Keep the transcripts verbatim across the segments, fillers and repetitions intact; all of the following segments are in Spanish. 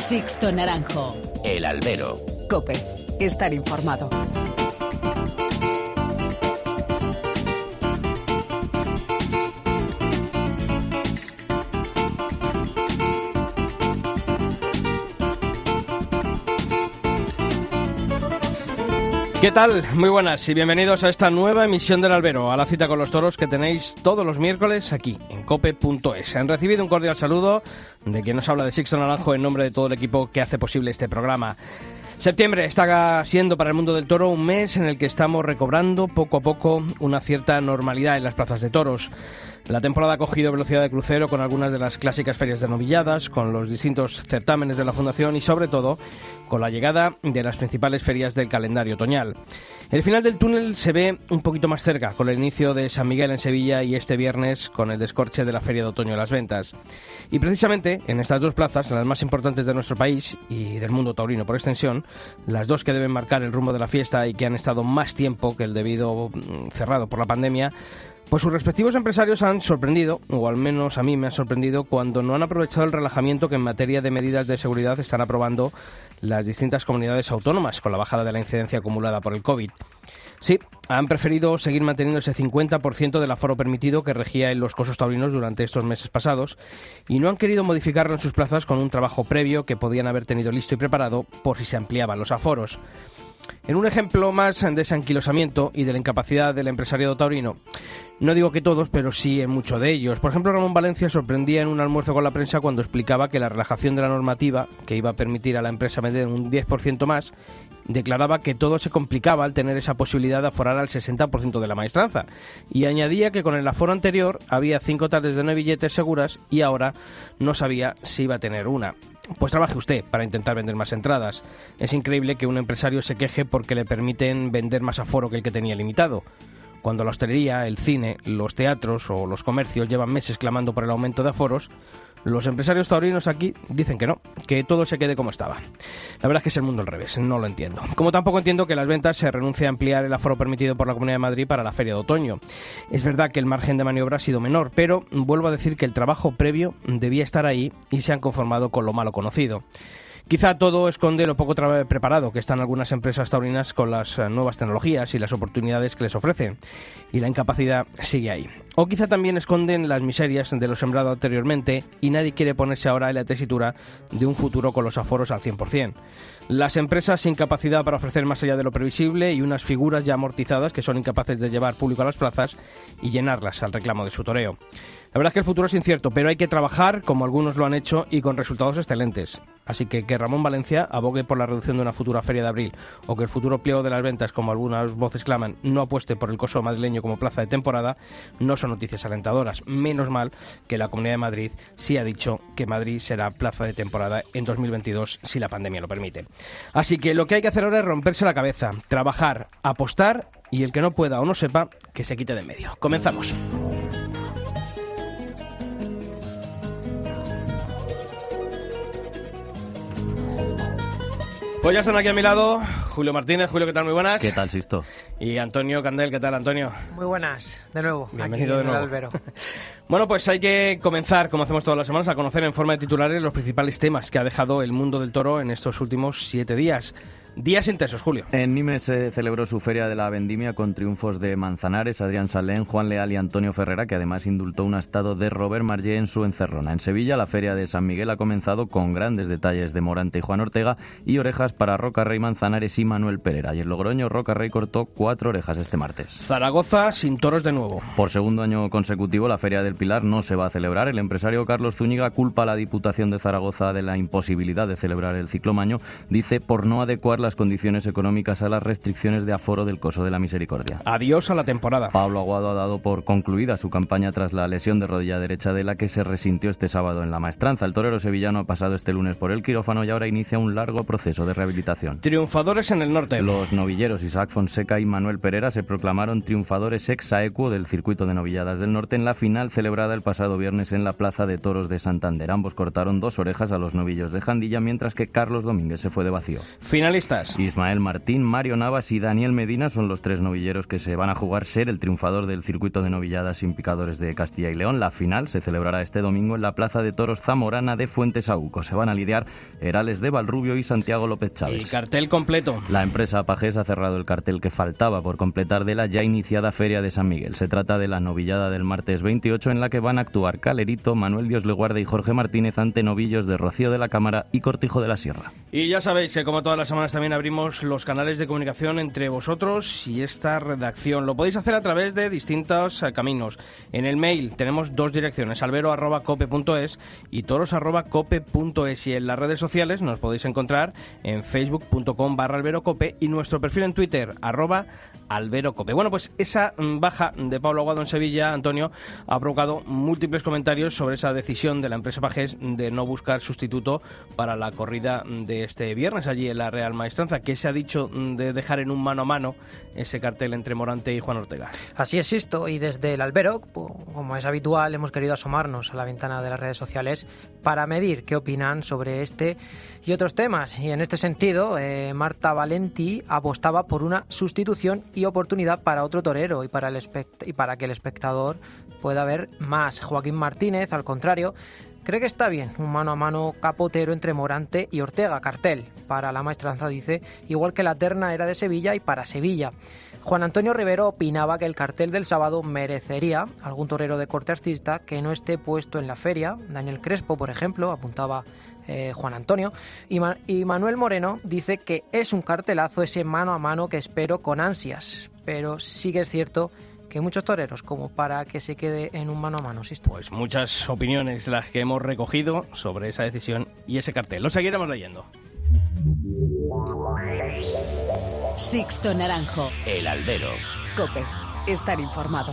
Sixto Naranjo. El Albero. COPE. Estar informado. ¿Qué tal? Muy buenas y bienvenidos a esta nueva emisión del Albero, a la cita con los toros que tenéis todos los miércoles aquí en cope punto es. Han recibido un cordial saludo de quien nos habla, de Sixto Naranjo, en nombre de todo el equipo que hace posible este programa. Septiembre está siendo para el mundo del toro un mes en el que estamos recobrando poco a poco una cierta normalidad en las plazas de toros. La temporada ha cogido velocidad de crucero con algunas de las clásicas ferias de novilladas, con los distintos certámenes de la Fundación y, sobre todo, con la llegada de las principales ferias del calendario otoñal. El final del túnel se ve un poquito más cerca, con el inicio de San Miguel en Sevilla y este viernes con el descorche de la Feria de Otoño de las Ventas. Y precisamente en estas dos plazas, las más importantes de nuestro país y del mundo taurino por extensión, las dos que deben marcar el rumbo de la fiesta y que han estado más tiempo que el debido cerrado por la pandemia, pues sus respectivos empresarios han sorprendido, o al menos a mí me ha sorprendido, cuando no han aprovechado el relajamiento que en materia de medidas de seguridad están aprobando las distintas comunidades autónomas con la bajada de la incidencia acumulada por el COVID. Sí, han preferido seguir manteniendo ese cincuenta por ciento del aforo permitido que regía en los cosos taurinos durante estos meses pasados y no han querido modificarlo en sus plazas con un trabajo previo que podían haber tenido listo y preparado por si se ampliaban los aforos. En un ejemplo más de ese anquilosamiento y de la incapacidad del empresariado taurino, no digo que todos, pero sí en muchos de ellos. Por ejemplo, Ramón Valencia sorprendía en un almuerzo con la prensa cuando explicaba que la relajación de la normativa, que iba a permitir a la empresa vender un diez por ciento más, declaraba que todo se complicaba al tener esa posibilidad de aforar al sesenta por ciento de la maestranza. Y añadía que con el aforo anterior había cinco tardes de nueve billetes seguras y ahora no sabía si iba a tener una. Pues trabaje usted para intentar vender más entradas. Es increíble que un empresario se queje porque le permiten vender más aforo que el que tenía limitado, cuando la hostelería, el cine, los teatros o los comercios llevan meses clamando por el aumento de aforos. Los empresarios taurinos aquí dicen que no, que todo se quede como estaba. La verdad es que es el mundo al revés, no lo entiendo. Como tampoco entiendo que las ventas se renuncie a ampliar el aforo permitido por la Comunidad de Madrid para la Feria de Otoño. Es verdad que el margen de maniobra ha sido menor, pero vuelvo a decir que el trabajo previo debía estar ahí y se han conformado con lo malo conocido. Quizá todo esconde lo poco preparado que están algunas empresas taurinas con las nuevas tecnologías y las oportunidades que les ofrecen, y la incapacidad sigue ahí. O quizá también esconden las miserias de lo sembrado anteriormente y nadie quiere ponerse ahora en la tesitura de un futuro con los aforos al cien por ciento. Las empresas sin capacidad para ofrecer más allá de lo previsible y unas figuras ya amortizadas que son incapaces de llevar público a las plazas y llenarlas al reclamo de su toreo. La verdad es que el futuro es incierto, pero hay que trabajar como algunos lo han hecho y con resultados excelentes. Así que que Ramón Valencia abogue por la reducción de una futura feria de abril o que el futuro pliego de las ventas, como algunas voces claman, no apueste por el coso madrileño como plaza de temporada, no son noticias alentadoras. Menos mal que la Comunidad de Madrid sí ha dicho que Madrid será plaza de temporada en dos mil veintidós si la pandemia lo permite. Así que lo que hay que hacer ahora es romperse la cabeza, trabajar, apostar y el que no pueda o no sepa, que se quite de en medio. Comenzamos. Pues ya están aquí a mi lado Julio Martínez. Julio, ¿qué tal? Muy buenas. ¿Qué tal, Sisto? Y Antonio Candel, ¿qué tal, Antonio? Muy buenas, de nuevo. Bienvenido aquí de nuevo. En el Albero. Bueno, pues hay que comenzar, como hacemos todas las semanas, a conocer en forma de titulares los principales temas que ha dejado el mundo del toro en estos últimos siete días. Días intensos, Julio. En Nimes se celebró su Feria de la Vendimia con triunfos de Manzanares, Adrián Salén, Juan Leal y Antonio Ferrera, que además indultó un astado de Robert Marlé en su encerrona. En Sevilla, la Feria de San Miguel ha comenzado con grandes detalles de Morante y Juan Ortega y orejas para Rocarrey, Manzanares y Manuel Pereira. Y en Logroño, Rocarrey cortó cuatro orejas este martes. Zaragoza sin toros de nuevo. Por segundo año consecutivo, la Feria del Pilar no se va a celebrar. El empresario Carlos Zúñiga culpa a la Diputación de Zaragoza de la imposibilidad de celebrar el ciclomaño, dice, por no adecuar las condiciones económicas a las restricciones de aforo del Coso de la Misericordia. Adiós a la temporada. Pablo Aguado ha dado por concluida su campaña tras la lesión de rodilla derecha de la que se resintió este sábado en la maestranza. El torero sevillano ha pasado este lunes por el quirófano y ahora inicia un largo proceso de rehabilitación. Triunfadores en el norte. Los novilleros Isaac Fonseca y Manuel Pereira se proclamaron triunfadores ex aequo del circuito de novilladas del norte en la final celebrada el pasado viernes en la Plaza de Toros de Santander. Ambos cortaron dos orejas a los novillos de Jandilla, mientras que Carlos Domínguez se fue de vacío. Finalistas. estás? Ismael Martín, Mario Navas y Daniel Medina son los tres novilleros que se van a jugar ser el triunfador del circuito de novilladas sin picadores de Castilla y León. La final se celebrará este domingo en la Plaza de Toros Zamorana de Fuentesauco. Se van a lidiar Herales de Valrubio y Santiago López Chávez. Y cartel completo. La empresa Pajés ha cerrado el cartel que faltaba por completar de la ya iniciada Feria de San Miguel. Se trata de la novillada del martes veintiocho, en la que van a actuar Calerito, Manuel Dios le guarde y Jorge Martínez ante novillos de Rocío de la Cámara y Cortijo de la Sierra. Y ya sabéis que como todas las semanas también abrimos los canales de comunicación entre vosotros y esta redacción. Lo podéis hacer a través de distintos caminos. En el mail tenemos dos direcciones, albero arroba cope punto es y toros arroba cope punto es, y en las redes sociales nos podéis encontrar en facebook punto com barra alberocope y nuestro perfil en Twitter, arroba alberocope. Bueno, pues esa baja de Pablo Aguado en Sevilla, Antonio, ha provocado múltiples comentarios sobre esa decisión de la empresa Pajés de no buscar sustituto para la corrida de este viernes allí en la Real Maestranza. ¿Qué se ha dicho de dejar en un mano a mano ese cartel entre Morante y Juan Ortega? Así es, Sisto, y desde el albero, como es habitual, hemos querido asomarnos a la ventana de las redes sociales para medir qué opinan sobre este y otros temas. Y en este sentido, eh, Marta Valenti apostaba por una sustitución y oportunidad para otro torero y para, el espect- y para que el espectador pueda ver más. Joaquín Martínez, al contrario, cree que está bien un mano a mano capotero entre Morante y Ortega, cartel para la Maestranza, dice, igual que la terna era de Sevilla y para Sevilla. Juan Antonio Rivero opinaba que el cartel del sábado merecería algún torero de corte artista que no esté puesto en la feria. Daniel Crespo, por ejemplo, apuntaba eh, Juan Antonio. Y, Ma- y Manuel Moreno dice que es un cartelazo ese mano a mano que espero con ansias. Pero sí que es cierto que hay muchos toreros como para que se quede en un mano a mano, Sisto. Pues muchas opiniones las que hemos recogido sobre esa decisión y ese cartel. Lo seguiremos leyendo. Sixto Naranjo. El albero. Cope. Estar informado.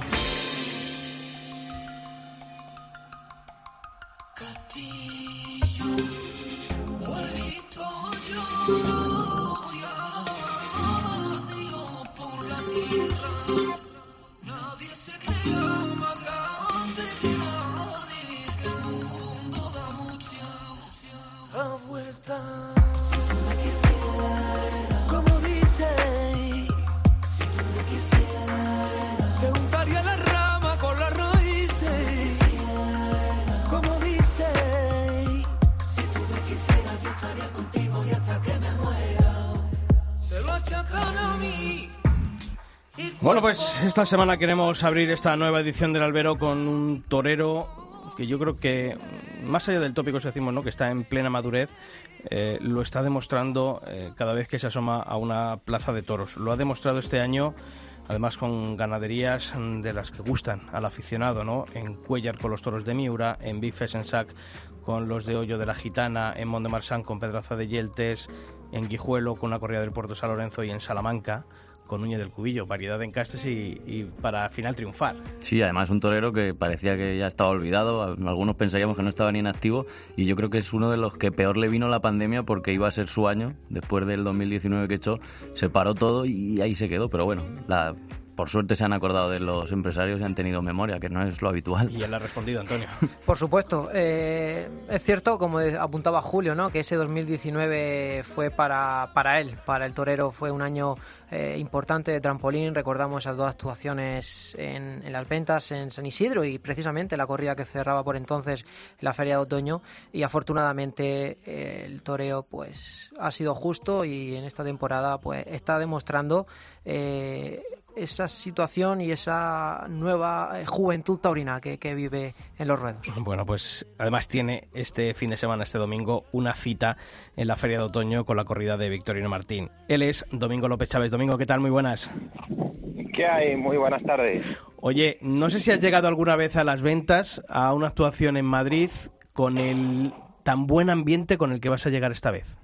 Bueno, pues esta semana queremos abrir esta nueva edición del albero con un torero que yo creo que, más allá del tópico que decimos, ¿no?, que está en plena madurez, eh, lo está demostrando eh, cada vez que se asoma a una plaza de toros. Lo ha demostrado este año, además con ganaderías de las que gustan al aficionado, ¿no? En Cuéllar con los toros de Miura, en Bifes en Sac con los de Hoyo de la Gitana, en Mont de Marsan con Pedraza de Yeltes, en Guijuelo con una corrida del Puerto San Lorenzo y en Salamanca con Núñez del Cubillo, variedad de encastes y, y para final triunfar. Sí, además un torero que parecía que ya estaba olvidado, algunos pensaríamos que no estaba ni en activo, y yo creo que es uno de los que peor le vino la pandemia porque iba a ser su año, después del dos mil diecinueve que echó, se paró todo y ahí se quedó, pero bueno, la... por suerte se han acordado de los empresarios y han tenido memoria, que no es lo habitual. Y él ha respondido, Antonio. Por supuesto. Eh, es cierto, como apuntaba Julio, ¿no?, que ese dos mil diecinueve fue para, para él, para el torero, fue un año eh, importante de trampolín. Recordamos esas dos actuaciones en, en las ventas en San Isidro y precisamente la corrida que cerraba por entonces la Feria de Otoño. Y afortunadamente eh, el toreo pues ha sido justo y en esta temporada pues está demostrando eh, esa situación y esa nueva juventud taurina que, que vive en los ruedos. Bueno, pues además tiene este fin de semana, este domingo, una cita en la Feria de Otoño con la corrida de Victorino Martín. Él es Domingo López Chávez. Domingo, ¿qué tal? Muy buenas. ¿Qué hay? Muy buenas tardes. Oye, no sé si has llegado alguna vez a las ventas, a una actuación en Madrid, con el tan buen ambiente con el que vas a llegar esta vez.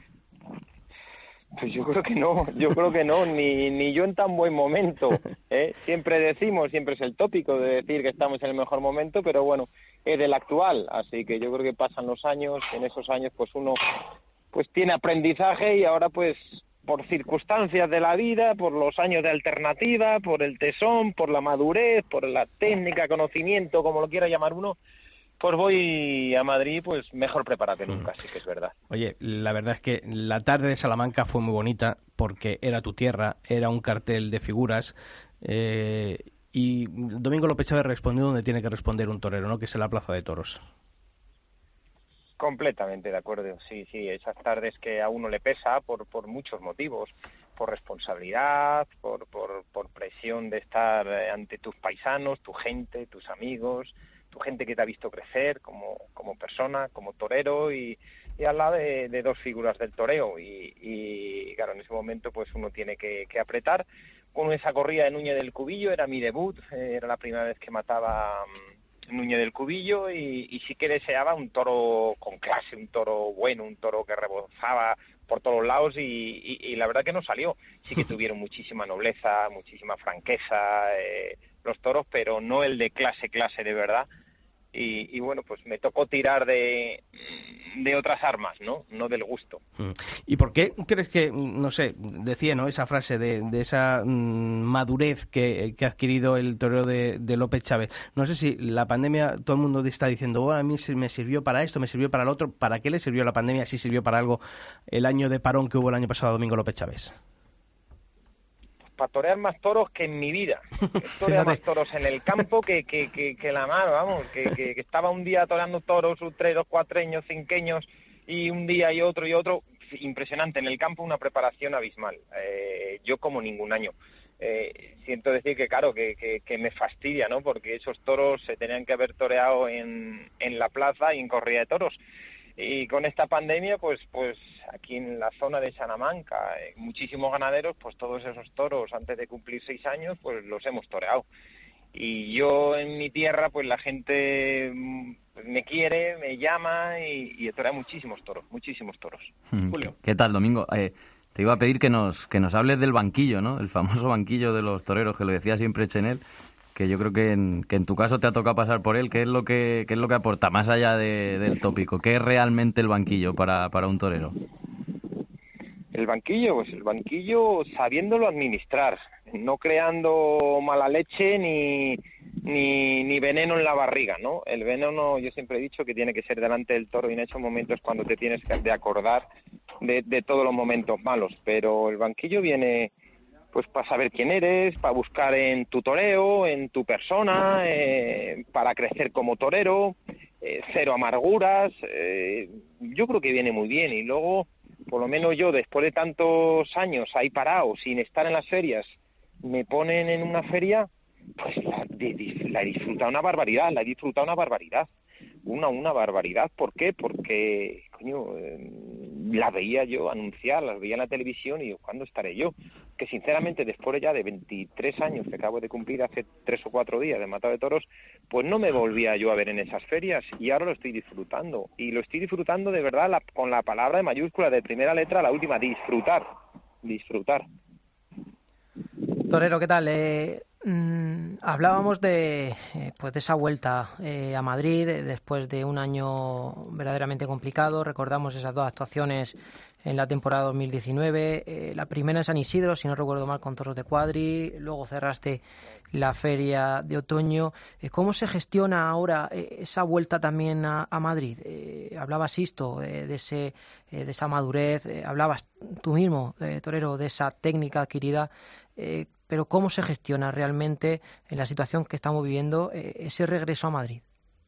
Pues yo creo que no, yo creo que no, ni, ni yo en tan buen momento, ¿eh? Siempre decimos, siempre es el tópico de decir que estamos en el mejor momento, pero bueno, es el actual, así que yo creo que pasan los años, en esos años pues uno pues tiene aprendizaje y ahora pues por circunstancias de la vida, por los años de alternativa, por el tesón, por la madurez, por la técnica, conocimiento, como lo quiera llamar uno, Pues voy a Madrid, pues mejor preparado que nunca, sí que es verdad. Oye, la verdad es que la tarde de Salamanca fue muy bonita porque era tu tierra, era un cartel de figuras eh, y Domingo López Chávez respondió donde tiene que responder un torero, ¿no? Que es en la Plaza de Toros. Completamente de acuerdo, sí, sí, esas tardes que a uno le pesa por, por muchos motivos, por responsabilidad, por, por, por presión de estar ante tus paisanos, tu gente, tus amigos, tu gente que te ha visto crecer como, como persona, como torero y, y al lado de, de dos figuras del toreo y, y claro, en ese momento pues uno tiene que, que apretar. Con esa corrida de Núñez del Cubillo era mi debut, eh, era la primera vez que mataba um, Núñez del Cubillo y, y sí que deseaba un toro con clase, un toro bueno, un toro que rebozaba por todos lados y, y, y la verdad que no salió. Sí que tuvieron muchísima nobleza, muchísima franqueza eh, los toros, pero no el de clase, clase de verdad. Y, y bueno, pues me tocó tirar de, de otras armas, ¿no? No del gusto. ¿Y por qué crees que, no sé, decía, ¿no? Esa frase de, de esa mmm, madurez que, que ha adquirido el torero de, de López Chávez? No sé si la pandemia, todo el mundo está diciendo, oh, a mí me sirvió para esto, me sirvió para lo otro. ¿Para qué le sirvió la pandemia? ¿Si sirvió para algo el año de parón que hubo el año pasado a Domingo López Chávez? Para torear más toros que en mi vida. Torear más toros en el campo que, que, que, que la mano, vamos, que, que, que estaba un día toreando toros, utreros, cuatreños, cinqueños, y un día y otro y otro. Impresionante. En el campo una preparación abismal. Eh, yo como ningún año. Eh, siento decir que, claro, que, que, que me fastidia, ¿no? Porque esos toros se tenían que haber toreado en, en la plaza y en corrida de toros. Y con esta pandemia, pues pues aquí en la zona de Salamanca, eh, muchísimos ganaderos, pues todos esos toros antes de cumplir seis años, pues los hemos toreado. Y yo en mi tierra, pues la gente pues, me quiere, me llama y, y he toreado muchísimos toros, muchísimos toros. Julio. ¿Qué tal, Domingo? Eh, te iba a pedir que nos que nos hables del banquillo, ¿no? El famoso banquillo de los toreros, que lo decía siempre Chenel, que yo creo que en, que en tu caso te ha tocado pasar por él. ¿Qué es lo que, qué es lo que aporta, más allá de, del tópico? ¿Qué es realmente el banquillo para, para un torero? El banquillo, pues el banquillo sabiéndolo administrar, no creando mala leche ni, ni, ni veneno en la barriga, ¿no? El veneno, yo siempre he dicho que tiene que ser delante del toro y en esos momentos cuando te tienes que de acordar de, de todos los momentos malos, pero el banquillo viene pues para saber quién eres, para buscar en tu toreo, en tu persona, eh, para crecer como torero, eh, cero amarguras, eh, yo creo que viene muy bien. Y luego, por lo menos yo, después de tantos años ahí parado, sin estar en las ferias, me ponen en una feria, pues la, de, la he disfrutado una barbaridad, la he disfrutado una barbaridad. Una, una barbaridad. ¿Por qué? Porque, coño, eh, la veía yo anunciar, las veía en la televisión y yo, ¿cuándo estaré yo? Que sinceramente, después ya de veintitrés años que acabo de cumplir hace tres o cuatro días de matado de toros, pues no me volvía yo a ver en esas ferias y ahora lo estoy disfrutando. Y lo estoy disfrutando de verdad la, con la palabra de mayúscula, de primera letra a la última, disfrutar, disfrutar. Torero, ¿qué tal? Eh, mmm, hablábamos de, eh, pues de esa vuelta eh, a Madrid eh, después de un año verdaderamente complicado. Recordamos esas dos actuaciones en la temporada dos mil diecinueve. Eh, la primera en San Isidro, si no recuerdo mal, con toros de cuadri. Luego cerraste la feria de otoño. Eh, ¿Cómo se gestiona ahora eh, esa vuelta también a, a Madrid? Eh, hablabas, Sisto, eh, de, ese, eh, de esa madurez. Eh, hablabas tú mismo, eh, torero, de esa técnica adquirida. Eh, pero ¿cómo se gestiona realmente en la situación que estamos viviendo eh, ese regreso a Madrid?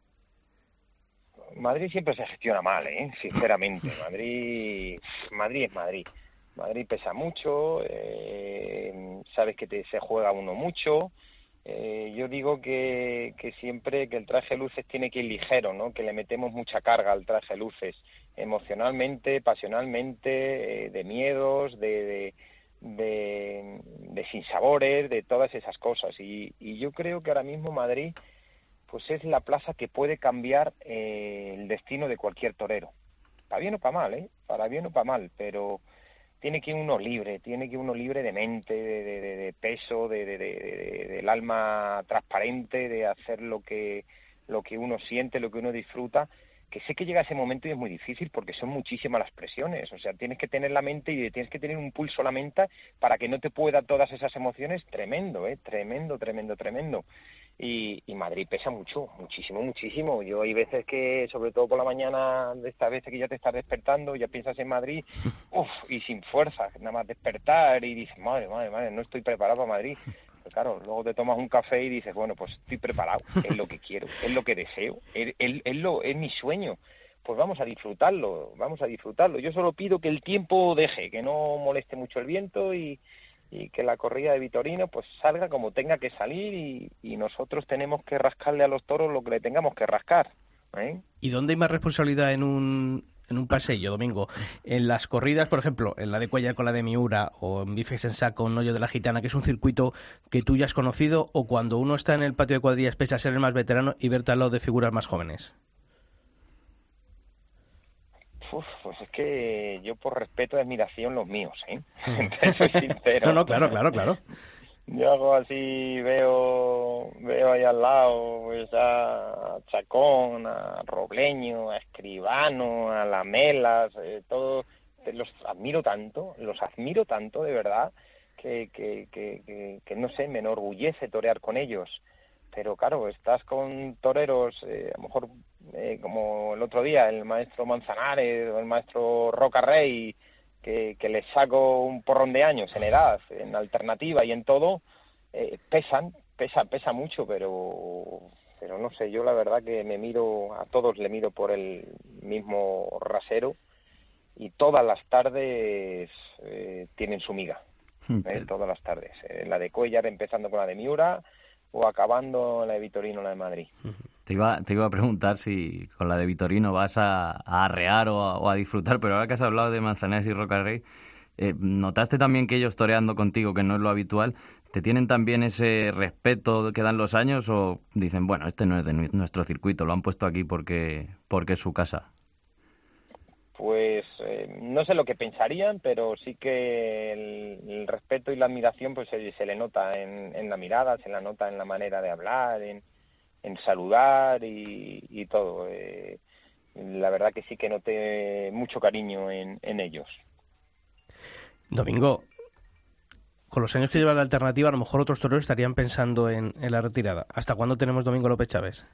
Madrid siempre se gestiona mal, ¿eh? Sinceramente. Madrid, Madrid es Madrid. Madrid pesa mucho, eh, sabes que te, se juega uno mucho. Eh, yo digo que, que siempre que el traje luces tiene que ir ligero, ¿no? Que le metemos mucha carga al traje luces, emocionalmente, pasionalmente, eh, de miedos, de... de De, de sinsabores, de todas esas cosas. Y, y yo creo que ahora mismo Madrid pues es la plaza que puede cambiar eh, el destino de cualquier torero. Para bien o para mal, ¿eh? Para bien o para mal, pero tiene que ir uno libre, tiene que ir uno libre de mente, de, de, de, de peso, de, de, de, de, del alma transparente, de hacer lo que, lo que uno siente, lo que uno disfruta, que sé que llega ese momento y es muy difícil porque son muchísimas las presiones, o sea, tienes que tener la mente y tienes que tener un pulso la mente para que no te pueda todas esas emociones, tremendo, eh, tremendo, tremendo, tremendo. Y, y Madrid pesa mucho, muchísimo, muchísimo. Yo hay veces que, sobre todo por la mañana, de estas veces que ya te estás despertando, ya piensas en Madrid, uff, y sin fuerza, nada más despertar y dices, madre, madre, madre, no estoy preparado para Madrid. Pero claro, luego te tomas un café y dices, bueno, pues estoy preparado, es lo que quiero, es lo que deseo, es, es, es, lo, es mi sueño. Pues vamos a disfrutarlo, vamos a disfrutarlo. Yo solo pido que el tiempo deje, que no moleste mucho el viento y... y que la corrida de Vitorino pues salga como tenga que salir y, y nosotros tenemos que rascarle a los toros lo que le tengamos que rascar, ¿eh? ¿Y dónde hay más responsabilidad en un, en un paseo, Domingo? ¿En las corridas, por ejemplo, en la de Cuellar con la de Miura, o en Bifes en Saco, en Hoyo de la Gitana, que es un circuito que tú ya has conocido, o cuando uno está en el patio de cuadrillas pese a ser el más veterano y verte al lado de figuras más jóvenes? Uf, pues es que yo por respeto y admiración los míos, ¿eh? Te soy sincero. No, no, claro, claro, claro. Yo hago así, veo veo ahí al lado pues a Chacón, a Robleño, a Escribano, a Lamelas, eh, todos los admiro tanto, los admiro tanto de verdad que, que, que, que, que no sé, me enorgullece torear con ellos. Pero claro, estás con toreros, eh, a lo mejor eh, como el otro día, el maestro Manzanares o el maestro Roca Rey, que, que les saco un porrón de años en edad, en alternativa y en todo, eh, pesan, pesa, pesa mucho, pero, pero no sé, yo la verdad que me miro, a todos le miro por el mismo rasero y todas las tardes eh, tienen su miga, eh, todas las tardes. Eh, la de Cuellar empezando con la de Miura, o acabando en la de Vitorino, la de Madrid. Te iba, te iba a preguntar si con la de Vitorino vas a, a arrear o a, o a disfrutar, pero ahora que has hablado de Manzanares y Roca Rey, eh, ¿notaste también que ellos toreando contigo, que no es lo habitual, te tienen también ese respeto que dan los años o dicen, bueno, este no es de nuestro circuito, lo han puesto aquí porque, porque es su casa? Pues eh, no sé lo que pensarían, pero sí que el, el respeto y la admiración pues se, se le nota en, en la mirada, se le nota en la manera de hablar, en, en saludar y, y todo. Eh, la verdad que sí que noté mucho cariño en, en ellos. Domingo, con los años que lleva la alternativa, a lo mejor otros toreros estarían pensando en, en la retirada. ¿Hasta cuándo tenemos Domingo López Chávez?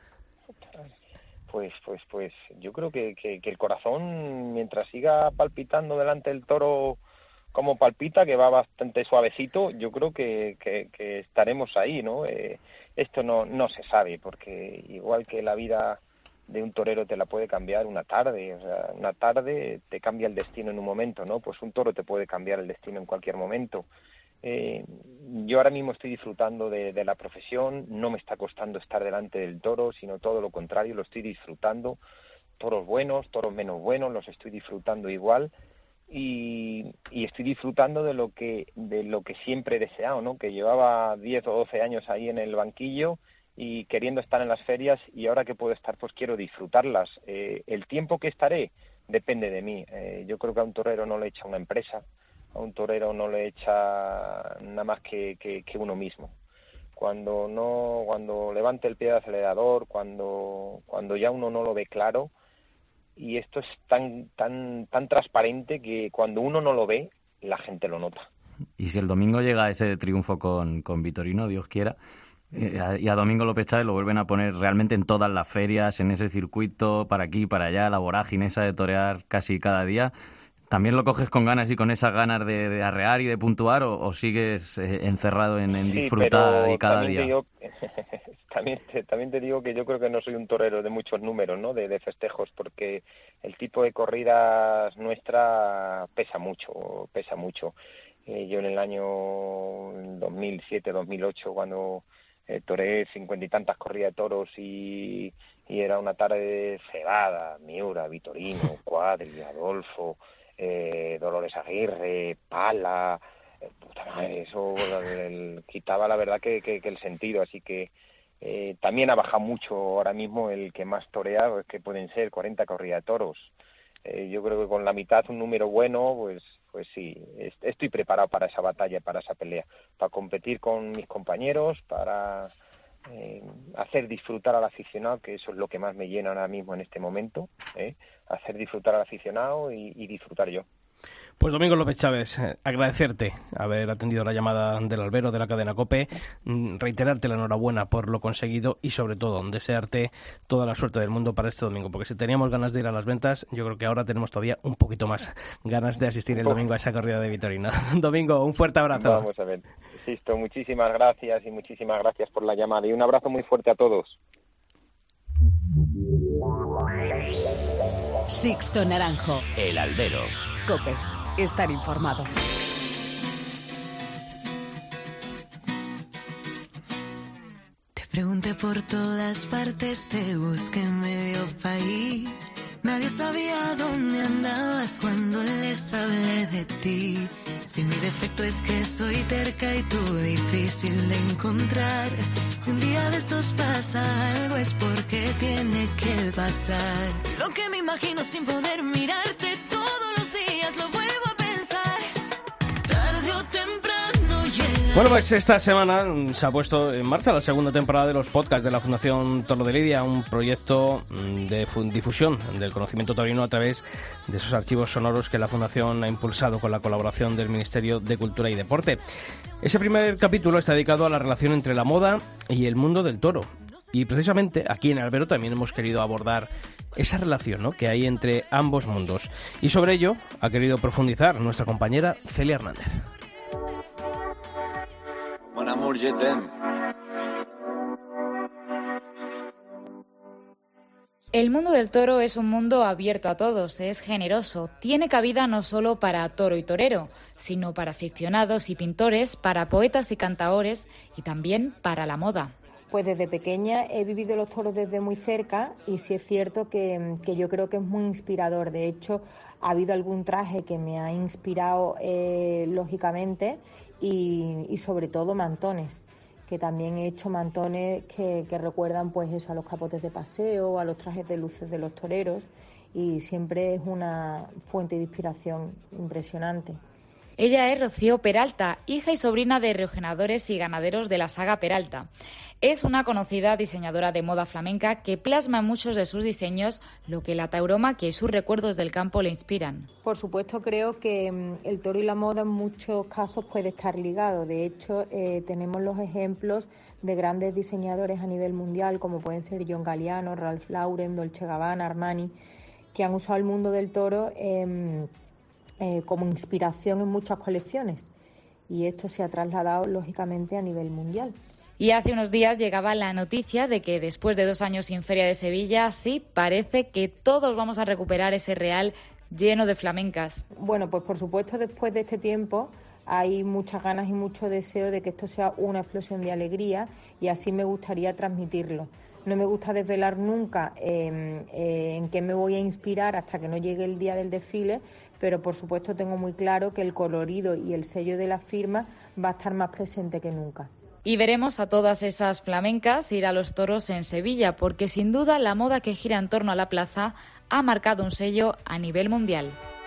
Pues, pues, pues, yo creo que, que, que el corazón, mientras siga palpitando delante del toro como palpita, que va bastante suavecito, yo creo que, que, que estaremos ahí, ¿no? Eh, esto no, no se sabe, porque igual que la vida de un torero te la puede cambiar una tarde, o sea, una tarde te cambia el destino en un momento, ¿no? Pues un toro te puede cambiar el destino en cualquier momento. Eh, yo ahora mismo estoy disfrutando de, de la profesión, no me está costando estar delante del toro, sino todo lo contrario, lo estoy disfrutando. Toros buenos, toros menos buenos, los estoy disfrutando igual y, y estoy disfrutando de lo que de lo que siempre he deseado, ¿no? Que llevaba diez o doce años ahí en el banquillo y queriendo estar en las ferias y ahora que puedo estar pues quiero disfrutarlas. Eh, el tiempo que estaré depende de mí. Eh, yo creo que a un torero no le echa una empresa. A un torero no le echa nada más que, que, que uno mismo. Cuando no, cuando levante el pie del acelerador, cuando, cuando ya uno no lo ve claro, y esto es tan, tan, tan transparente que cuando uno no lo ve, la gente lo nota. Y si el domingo llega ese triunfo con, con Vitorino, Dios quiera, y a, y a Domingo López Chávez lo vuelven a poner realmente en todas las ferias, en ese circuito, para aquí, para allá, la vorágine esa de torear casi cada día, ¿también lo coges con ganas y con esas ganas de, de arrear y de puntuar o, o sigues eh, encerrado en, en disfrutar sí, y cada también día? Te digo, también, te, también te digo que yo creo que no soy un torero de muchos números, ¿no? De, de festejos, porque el tipo de corridas nuestra pesa mucho, pesa mucho. Eh, yo en el año dos mil siete, dos mil ocho, cuando eh, toreé cincuenta y tantas corridas de toros y, y era una tarde cebada, Miura, Vitorino, Cuadri, Adolfo... Eh, Dolores Aguirre, Pala, eh, puta madre, eso el, el, quitaba la verdad que, que, que el sentido, así que eh, también ha bajado mucho ahora mismo el que más torea, pues, que pueden ser cuarenta corridas de toros. Eh, yo creo que con la mitad un número bueno, pues pues sí, est- estoy preparado para esa batalla, para esa pelea, para competir con mis compañeros, para eh, hacer disfrutar al aficionado, que eso es lo que más me llena ahora mismo en este momento, ¿eh? Hacer disfrutar al aficionado y, y disfrutar yo. Pues Domingo López Chávez, eh, agradecerte haber atendido la llamada del albero de la cadena COPE, mm, reiterarte la enhorabuena por lo conseguido y sobre todo desearte toda la suerte del mundo para este domingo, porque si teníamos ganas de ir a las ventas, yo creo que ahora tenemos todavía un poquito más ganas de asistir el domingo a esa corrida de Vitorino. Domingo, un fuerte abrazo. Vamos a ver, Sisto, muchísimas gracias y muchísimas gracias por la llamada y un abrazo muy fuerte a todos. Sixto Naranjo. El albero. COPE. Estar informado. Te pregunté por todas partes, te busqué en medio país. Nadie sabía dónde andabas cuando les hablé de ti. Si mi defecto es que soy terca y tú difícil de encontrar. Si un día de estos pasa algo es porque tiene que pasar. Lo que me imagino sin poder mirarte todos los días lo vuelvo a pensar. Tarde o temprano llega. Bueno, pues esta semana se ha puesto en marcha la segunda temporada de los podcasts de la Fundación Toro de Lidia, un proyecto de difusión del conocimiento taurino a través de esos archivos sonoros que la Fundación ha impulsado con la colaboración del Ministerio de Cultura y Deporte. Ese primer capítulo está dedicado a la relación entre la moda y el mundo del toro. Y precisamente aquí en Albero también hemos querido abordar esa relación, ¿no?, que hay entre ambos mundos. Y sobre ello ha querido profundizar nuestra compañera Celia Hernández. Mon amour, je t'aime. El mundo del toro es un mundo abierto a todos, es generoso, tiene cabida no solo para toro y torero, sino para aficionados y pintores, para poetas y cantaores y también para la moda. Pues desde pequeña he vivido los toros desde muy cerca y sí es cierto que, que yo creo que es muy inspirador. De hecho, ha habido algún traje que me ha inspirado eh, lógicamente y, y sobre todo mantones, que también he hecho mantones que, que recuerdan pues eso a los capotes de paseo, a los trajes de luces de los toreros y siempre es una fuente de inspiración impresionante. Ella es Rocío Peralta, hija y sobrina de regenadores y ganaderos de la saga Peralta. Es una conocida diseñadora de moda flamenca que plasma en muchos de sus diseños lo que la tauromaquia y sus recuerdos del campo le inspiran. Por supuesto, creo que el toro y la moda en muchos casos puede estar ligado. De hecho, eh, tenemos los ejemplos de grandes diseñadores a nivel mundial, como pueden ser John Galliano, Ralph Lauren, Dolce Gabbana, Armani, que han usado el mundo del toro eh, eh, como inspiración en muchas colecciones. Y esto se ha trasladado, lógicamente, a nivel mundial. Y hace unos días llegaba la noticia de que después de dos años sin Feria de Sevilla, sí, parece que todos vamos a recuperar ese Real lleno de flamencas. Bueno, pues por supuesto, después de este tiempo hay muchas ganas y mucho deseo de que esto sea una explosión de alegría y así me gustaría transmitirlo. No me gusta desvelar nunca eh, eh, en qué me voy a inspirar hasta que no llegue el día del desfile, pero por supuesto tengo muy claro que el colorido y el sello de la firma va a estar más presente que nunca. Y veremos a todas esas flamencas ir a los toros en Sevilla, porque sin duda la moda que gira en torno a la plaza ha marcado un sello a nivel mundial.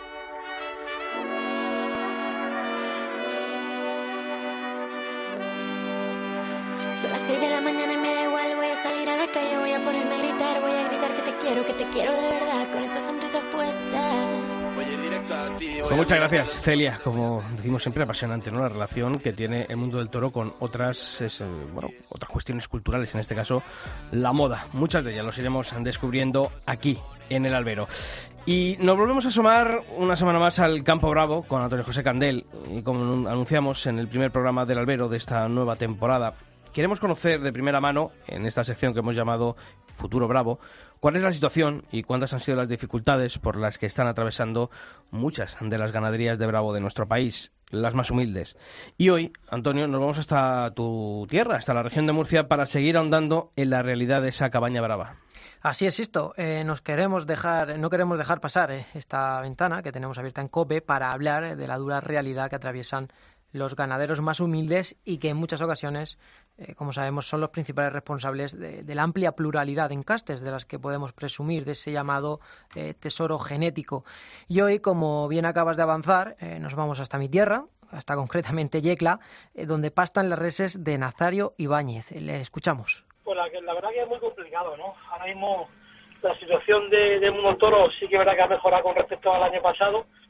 Son las seis de la mañana y me da igual, voy a salir a la calle, voy a ponerme a gritar, voy a gritar que te quiero, que te quiero de verdad, con esa sonrisa puesta. Pues muchas gracias, Celia. Como decimos siempre, apasionante, ¿no?, la relación que tiene el mundo del toro con otras, es, bueno, otras cuestiones culturales, en este caso la moda. Muchas de ellas los iremos descubriendo aquí en el albero. Y nos volvemos a asomar una semana más al Campo Bravo con Antonio José Candel. Y como anunciamos en el primer programa del albero de esta nueva temporada, queremos conocer de primera mano, en esta sección que hemos llamado Futuro Bravo, cuál es la situación y cuántas han sido las dificultades por las que están atravesando muchas de las ganaderías de Bravo de nuestro país, las más humildes. Y hoy, Antonio, nos vamos hasta tu tierra, hasta la región de Murcia, para seguir ahondando en la realidad de esa cabaña brava. Así es, Sisto. Eh, nos queremos dejar, no queremos dejar pasar eh, esta ventana que tenemos abierta en COPE para hablar de la dura realidad que atraviesan los ganaderos más humildes y que en muchas ocasiones, eh, como sabemos, son los principales responsables de, de la amplia pluralidad de encastes de las que podemos presumir, de ese llamado eh, tesoro genético. Y hoy, como bien acabas de avanzar, eh, nos vamos hasta mi tierra, hasta concretamente Yecla, eh, donde pastan las reses de Nazario Ibáñez. Le escuchamos. Pues la, la verdad que es muy complicado, ¿no? Ahora mismo la situación de, de Mundo Toro sí que es verdad que ha mejorado con respecto al año pasado,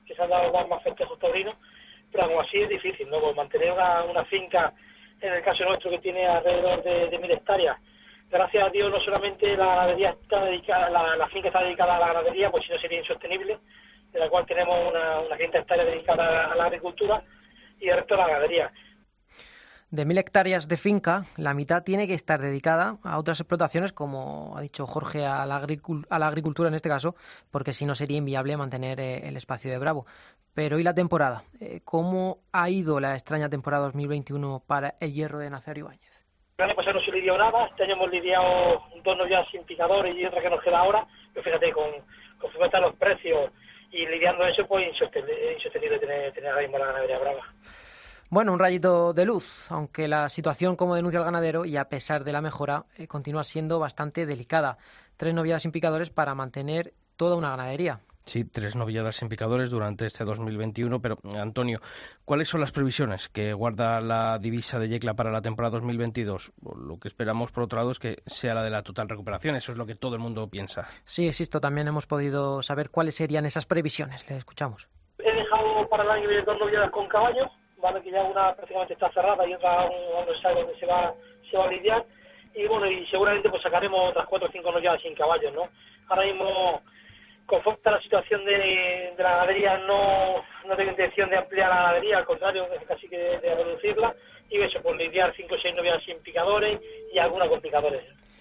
que se han dado más, más festejos taurinos, pero aún así es difícil, ¿no? Pues mantener una, una finca, en el caso nuestro, que tiene alrededor de, de mil hectáreas. Gracias a Dios, no solamente la ganadería está dedicada, la, la finca está dedicada a la ganadería, pues si no sería insostenible, de la cual tenemos una, una quinta hectárea dedicada a la agricultura y el resto a la ganadería. De mil hectáreas de finca, la mitad tiene que estar dedicada a otras explotaciones, como ha dicho Jorge, a la, agricul- a la agricultura en este caso, porque si no sería inviable mantener eh, el espacio de Bravo. Pero ¿y la temporada? Eh, ¿Cómo ha ido la extraña temporada dos mil veintiuno para el hierro de Nazario Ibáñez? El año pasado no se lidió nada, este año hemos lidiado dos novias sin picadores y otra que nos queda ahora, pero fíjate, con, con cómo están los precios y lidiando eso, pues insostenible, insostenible tener, tener ahora mismo la ganadería brava. Bueno, un rayito de luz, aunque la situación, como denuncia el ganadero, y a pesar de la mejora, eh, continúa siendo bastante delicada. Tres noviadas sin picadores para mantener toda una ganadería. Sí, tres novilladas sin picadores durante este dos mil veintiuno, pero Antonio, ¿cuáles son las previsiones que guarda la divisa de Yecla para la temporada dos mil veintidós? Lo que esperamos, por otro lado, es que sea la de la total recuperación, eso es lo que todo el mundo piensa. Sí, existo, también hemos podido saber cuáles serían esas previsiones, le escuchamos. He dejado para el año que viene dos novilladas con caballos, vale, que ya una prácticamente está cerrada y otra aún no se sabe dónde se va, se va a lidiar, y bueno, y seguramente pues sacaremos otras cuatro o cinco novilladas sin caballos, ¿no? Ahora mismo, conforme a la situación de, de la ganadería, no, no tengo intención de ampliar la ganadería, al contrario, casi que de, de reducirla, y eso, pues lidiar cinco o seis novilladas sin picadores y alguna con picadores.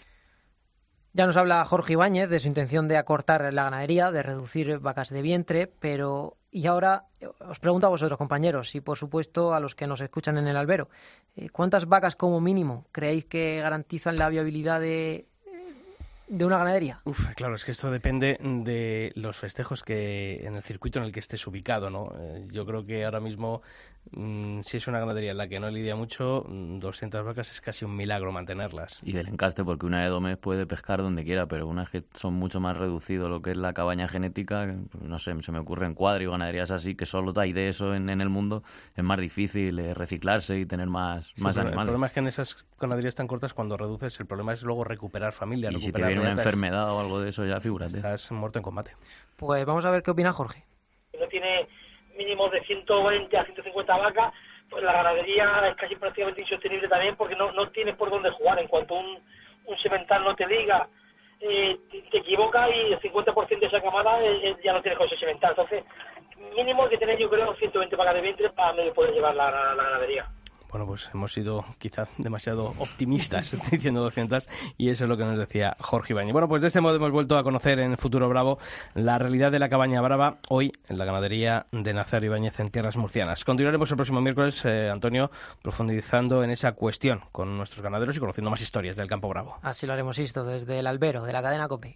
Ya nos habla Jorge Ibáñez de su intención de acortar la ganadería, de reducir vacas de vientre, pero y ahora os pregunto a vosotros, compañeros, y por supuesto a los que nos escuchan en el albero, ¿cuántas vacas como mínimo creéis que garantizan la viabilidad de, de una ganadería? Uf, claro, es que esto depende de los festejos que en el circuito en el que estés ubicado, ¿no? Eh, yo creo que ahora mismo, mmm, si es una ganadería en la que no lidia mucho, doscientas vacas es casi un milagro mantenerlas. Y del encaste, porque una de Domés puede pescar donde quiera, pero unas que son mucho más reducido lo que es la cabaña genética, no sé, se me ocurren cuadri o ganaderías así, que solo hay de eso en, en el mundo, es más difícil eh, reciclarse y tener más, sí, más animales. El problema es que en esas ganaderías tan cortas, cuando reduces, el problema es luego recuperar familia, y recuperar si te viene una nietas, enfermedad o algo de eso, ya figúrate. Estás muerto en combate. Pues vamos a ver qué opina Jorge. No tiene mínimo de ciento veinte a ciento cincuenta vacas, pues la ganadería es casi prácticamente insostenible también, porque no, no tienes por dónde jugar. En cuanto un, un semental no te diga, eh, te equivocas y el cincuenta por ciento de esa camada eh, ya no tienes con ese semental. Entonces, mínimo hay que tener, yo creo, ciento veinte vacas de vientre para medio poder llevar la, la, la ganadería. Bueno, pues hemos sido quizá demasiado optimistas diciendo doscientas, y eso es lo que nos decía Jorge Ibáñez. Bueno, pues de este modo hemos vuelto a conocer en Futuro Bravo la realidad de la cabaña brava, hoy en la ganadería de Nazario Ibáñez en tierras murcianas. Continuaremos el próximo miércoles, eh, Antonio, profundizando en esa cuestión con nuestros ganaderos y conociendo más historias del campo bravo. Así lo haremos, esto desde el albero de la cadena COPE.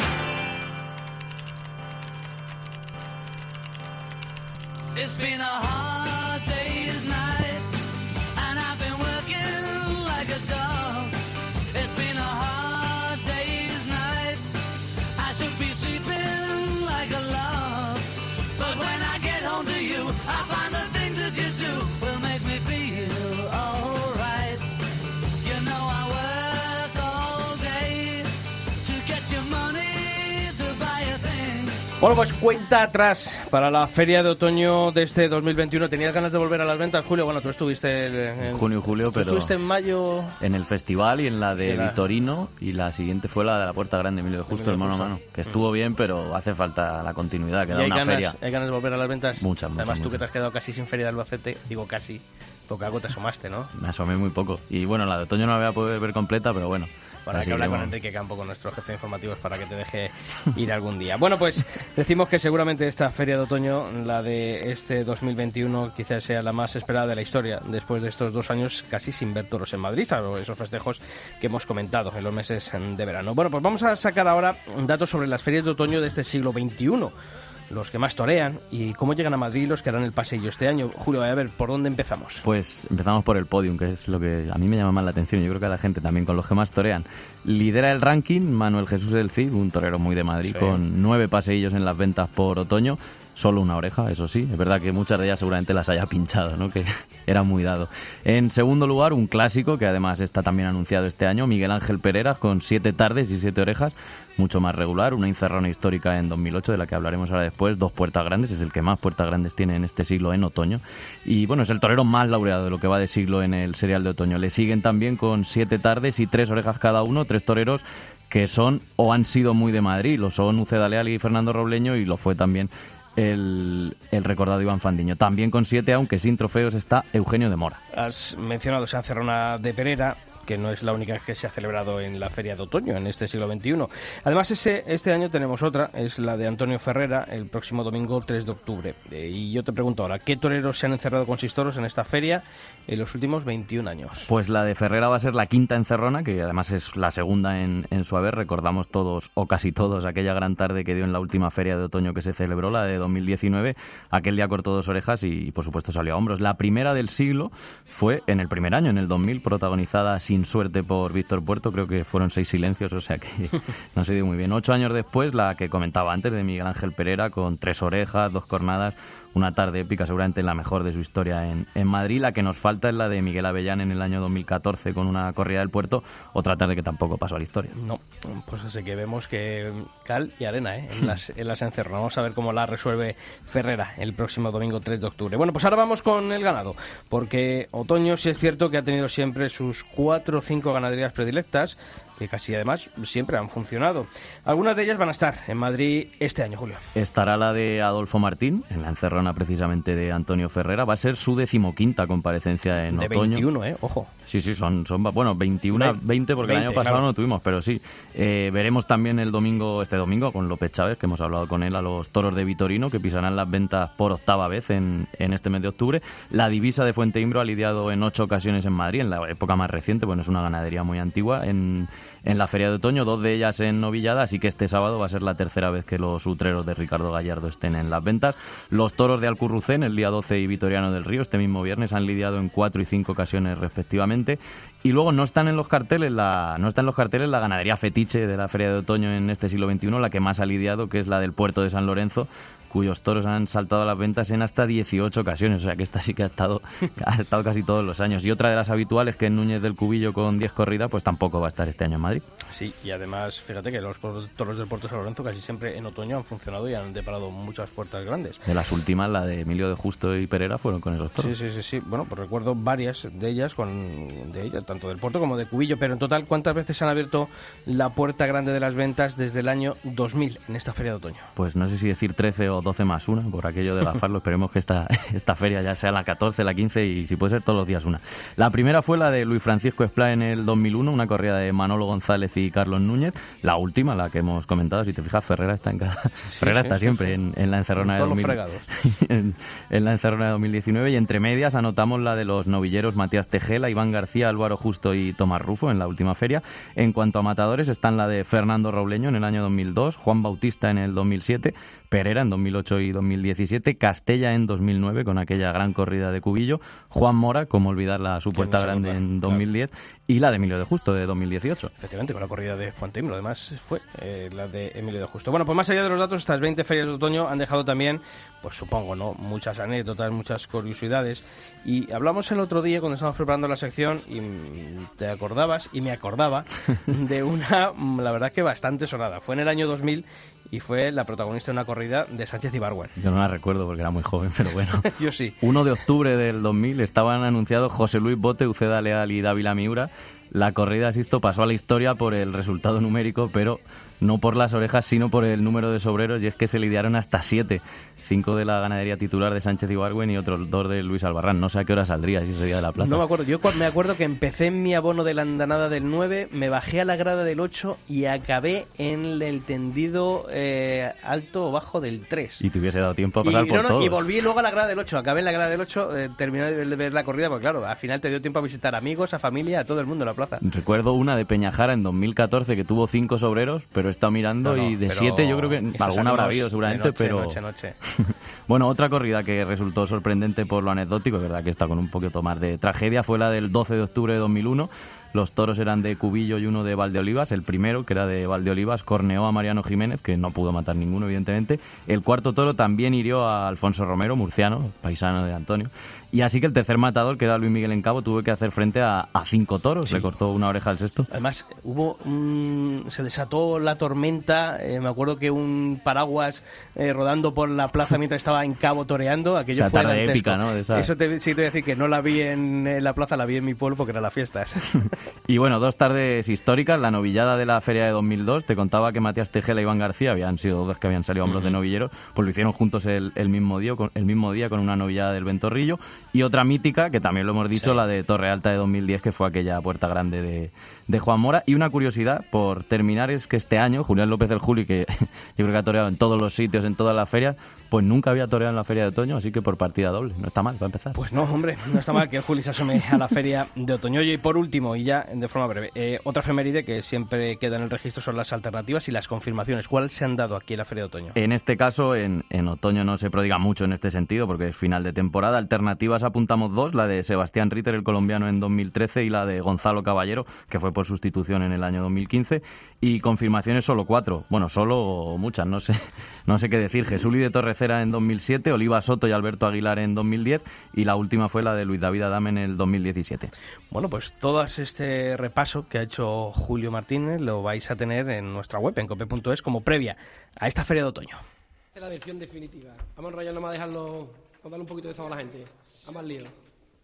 It's been a hard day's night. Bueno, pues cuenta atrás para la feria de otoño de este dos mil veintiuno. ¿Tenías ganas de volver a las ventas, Julio? Bueno, tú estuviste en, en junio y julio, pero estuviste en mayo en el festival y en la de la... Vitorino, y la siguiente fue la de la Puerta Grande, Emilio de Justo, el mano a mano, que estuvo mm. bien, pero hace falta la continuidad, que da una ganas, feria. ¿Hay ganas de volver a las ventas? Muchas, muchas. Además, tú muchas. que te has quedado casi sin feria de Albacete, digo casi, porque algo te asomaste, ¿no? Me asomé muy poco. Y bueno, la de otoño no la voy a poder ver completa, pero bueno. Para que hablar con Enrique Campo, con nuestro jefe de informativos, para que te deje ir algún día. Bueno, pues decimos que seguramente esta feria de otoño, la de este dos mil veintiuno, quizás sea la más esperada de la historia, después de estos dos años casi sin ver toros en Madrid, salvo esos festejos que hemos comentado en los meses de verano. Bueno, pues vamos a sacar ahora datos sobre las ferias de otoño de este siglo veintiuno. Los que más torean y cómo llegan a Madrid los que harán el paseillo este año. Julio, a ver, ¿por dónde empezamos? Pues empezamos por el podium, que es lo que a mí me llama más la atención. Yo creo que a la gente también, con los que más torean. Lidera el ranking Manuel Jesús del Cid, un torero muy de Madrid, sí, con nueve paseillos en las ventas por otoño. solo una oreja, eso sí. Es verdad que muchas de ellas seguramente las haya pinchado, ¿no? Que era muy dado. En segundo lugar, un clásico que además está también anunciado este año, Miguel Ángel Pereira, con siete tardes y siete orejas, mucho más regular, una encerrona histórica en dos mil ocho de la que hablaremos ahora después, dos puertas grandes, es el que más puertas grandes tiene en este siglo en otoño y bueno, es el torero más laureado de lo que va de siglo en el serial de otoño. Le siguen también con siete tardes y tres orejas cada uno, tres toreros que son o han sido muy de Madrid, lo son Uceda Leal y Fernando Robleño y lo fue también el, el recordado Iván Fandiño. También con siete, aunque sin trofeos, está Eugenio de Mora. Has mencionado esa encerrona de Pereira, que no es la única que se ha celebrado en la Feria de Otoño en este siglo veintiuno. Además, ese, este año tenemos otra, es la de Antonio Ferrera, el próximo domingo tres de octubre. Eh, y yo te pregunto ahora, ¿qué toreros se han encerrado con seis toros en esta feria en los últimos veintiún años? Pues la de Ferrera va a ser la quinta encerrona, que además es la segunda en, en su haber. Recordamos todos, o casi todos, aquella gran tarde que dio en la última Feria de Otoño que se celebró, la de dos mil diecinueve. Aquel día cortó dos orejas y, por supuesto, salió a hombros. La primera del siglo fue en el primer año, en el dos mil, protagonizada sin suerte por Víctor Puerto, creo que fueron seis silencios, o sea que no se dio muy bien. Ocho años después, la que comentaba antes, de Miguel Ángel Pereira, con tres orejas, dos cornadas, una tarde épica, seguramente la mejor de su historia en, en Madrid. La que nos falta es la de Miguel Avellán en el año dos mil catorce con una corrida del Puerto, otra tarde que tampoco pasó a la historia. No, pues así que vemos que cal y arena ¿eh? en las, en las encerronas. Vamos a ver cómo la resuelve Ferrera el próximo domingo tres de octubre. Bueno, pues ahora vamos con el ganado, porque Otoño sí es cierto que ha tenido siempre sus cuatro o cinco ganaderías predilectas, que casi además siempre han funcionado. Algunas de ellas van a estar en Madrid este año, Julio. Estará la de Adolfo Martín, en la encerrona precisamente de Antonio Ferrera. Va a ser su decimoquinta comparecencia en de otoño. veintiuno, ¿eh? Ojo. Sí, sí, son, son bueno, veintiuno, veinte porque veinte, el año pasado claro. no tuvimos, pero sí. Eh, veremos también el domingo, este domingo, con López Chávez, que hemos hablado con él, a los toros de Vitorino, que pisarán las ventas por octava vez en, en este mes de octubre. La divisa de Fuente Imbro ha lidiado en ocho ocasiones en Madrid, en la época más reciente, bueno, es una ganadería muy antigua, en, en la Feria de Otoño, dos de ellas en novillada, así que este sábado va a ser la tercera vez que los utreros de Ricardo Gallardo estén en las ventas. Los toros de Alcurrucén, el día doce, y Vitoriano del Río, este mismo viernes, han lidiado en cuatro y cinco ocasiones respectivamente. Y luego no están en los carteles la no está en los carteles la ganadería fetiche de la Feria de Otoño en este siglo veintiuno, la que más ha lidiado, que es la del Puerto de San Lorenzo, cuyos toros han saltado a las ventas en hasta dieciocho ocasiones, o sea que esta sí que ha estado, ha estado casi todos los años. Y otra de las habituales, que es Núñez del Cubillo con diez corridas, pues tampoco va a estar este año en Madrid. Sí, y además, fíjate que los toros del Puerto de San Lorenzo casi siempre en otoño han funcionado y han deparado muchas puertas grandes. De las últimas, la de Emilio de Justo y Pereira, fueron con esos toros. Sí, sí, sí, sí. Bueno, pues recuerdo varias de ellas, con de ellas, tanto del Puerto como de Cubillo, pero en total, ¿cuántas veces han abierto la puerta grande de las ventas desde el año dos mil en esta Feria de Otoño? Pues no sé si decir trece o doce más una, por aquello de gafarlo. Esperemos que esta, esta feria ya sea la catorce, la quince y si puede ser todos los días una. La primera fue la de Luis Francisco Esplá en el dos mil uno, una corrida de Manolo González y Carlos Núñez. La última, la que hemos comentado, si te fijas, Ferrera está en cada... Sí, Ferrera sí, está sí, siempre sí. En, en la encerrona de dos mil... en, en la encerrona de dos mil diecinueve, y entre medias anotamos la de los novilleros Matías Tejela, Iván García, Álvaro Justo y Tomás Rufo en la última feria. En cuanto a matadores, están la de Fernando Robleño en el año dos mil dos, Juan Bautista en el dos mil siete, Pereira en dos mil ocho y dos mil diecisiete, Castella en dos mil nueve con aquella gran corrida de Cubillo, Juan Mora, como olvidar la su puerta grande en dos mil diez, claro. Y la de Emilio de Justo de dos mil dieciocho. Efectivamente, con la corrida de Fuente Imbro, además fue eh, la de Emilio de Justo. Bueno, pues más allá de los datos, estas veinte ferias de otoño han dejado también, pues supongo, ¿no?, muchas anécdotas, muchas curiosidades. Y hablamos el otro día cuando estábamos preparando la sección y te acordabas, y me acordaba, de una, la verdad que bastante sonada. Fue en el año dos mil y fue la protagonista de una corrida de Sánchez Ibargüen. Yo no la recuerdo porque era muy joven, pero bueno. Yo sí. uno de octubre del dos mil estaban anunciados José Luis Bote, Uceda Leal y Dávila Miura. La corrida, asisto, pasó a la historia por el resultado numérico, pero no por las orejas, sino por el número de sobreros, y es que se lidiaron hasta siete. Cinco de la ganadería titular de Sánchez Ibargüen y otros dos de Luis Albarrán. No sé a qué hora saldría, si sería de la plaza. No me acuerdo. Yo me acuerdo que empecé en mi abono de la andanada del nueve, me bajé a la grada del ocho y acabé en el tendido eh, alto o bajo del tres. Y te hubiese dado tiempo a pasar y, por no, no, todos. Y volví luego a la grada del ocho. Acabé en la grada del ocho, eh, terminé de ver la corrida, porque claro, al final te dio tiempo a visitar amigos, a familia, a todo el mundo en la plaza. Recuerdo una de Peñajara en dos mil catorce que tuvo cinco sobreros, pero he estado mirando no, no, y de siete yo creo que alguna habrá habido seguramente, noche, pero... Noche, noche. Bueno, otra corrida que resultó sorprendente por lo anecdótico, es verdad que está con un poquito más de tragedia, fue la del doce de octubre de dos mil uno. Los toros eran de Cubillo y uno de Valdeolivas. El primero, que era de Valdeolivas, corneó a Mariano Jiménez, que no pudo matar ninguno, evidentemente. El cuarto toro también hirió a Alfonso Romero, murciano, paisano de Antonio. Y así que el tercer matador, que era Luis Miguel Encabo, tuvo que hacer frente a, a cinco toros. Sí. Le cortó una oreja al sexto. Además, hubo un, se desató la tormenta. Eh, me acuerdo que un paraguas eh, rodando por la plaza mientras estaba Encabo toreando. Aquello o sea, fue tarde dantesco. Épica, ¿no? De esa... Eso te, sí te voy a decir que no la vi en, en la plaza, la vi en mi pueblo porque eran las fiestas. Y bueno, dos tardes históricas. La novillada de la feria de dos mil dos. Te contaba que Matías Tejela y Iván García habían sido dos que habían salido hombros uh-huh. de novilleros. Pues lo hicieron juntos el, el, mismo día, con, el mismo día con una novillada del Ventorrillo. Y otra mítica, que también lo hemos dicho, sí. la de Torre Alta de dos mil diez, que fue aquella puerta grande de, de Juan Mora. Y una curiosidad, por terminar, es que este año Julián López del Juli, que yo creo que ha toreado en todos los sitios, en todas las ferias, pues nunca había toreado en la feria de otoño, así que por partida doble. No está mal, para empezar. Pues no, hombre, no está mal que el Juli se asome a la feria de otoño. Y por último, y ya de forma breve, eh, otra efeméride que siempre queda en el registro son las alternativas y las confirmaciones. ¿Cuáles se han dado aquí en la feria de otoño? En este caso, en, en otoño no se prodiga mucho en este sentido, porque es final de temporada. Alternativas apuntamos dos, la de Sebastián Ritter, el colombiano, en dos mil trece, y la de Gonzalo Caballero, que fue por sustitución en el año dos mil quince. Y confirmaciones solo cuatro. Bueno, solo o muchas, no sé, no sé qué decir. Jesuli de Torrecera en dos mil siete, Oliva Soto y Alberto Aguilar en dos mil diez, y la última fue la de Luis David Adame en el dos mil diecisiete. Bueno, pues todo este repaso que ha hecho Julio Martínez lo vais a tener en nuestra web, en cope punto es, como previa a esta feria de otoño. Esta es la versión definitiva. Vamos a enrollarnos, a dejarlo, vamos a darle un poquito de sabor a la gente. Vamos al lío.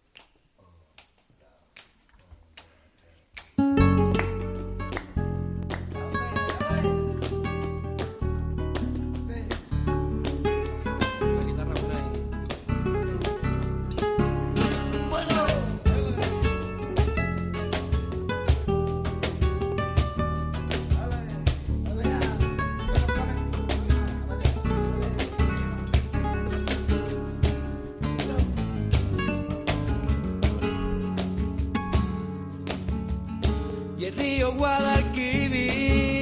Guadalquivir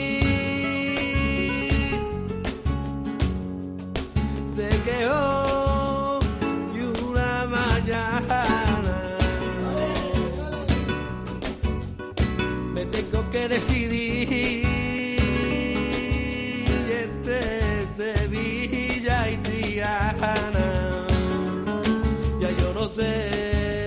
se quejó y una mañana me tengo que decidir entre Sevilla y Triana. Ya yo no sé.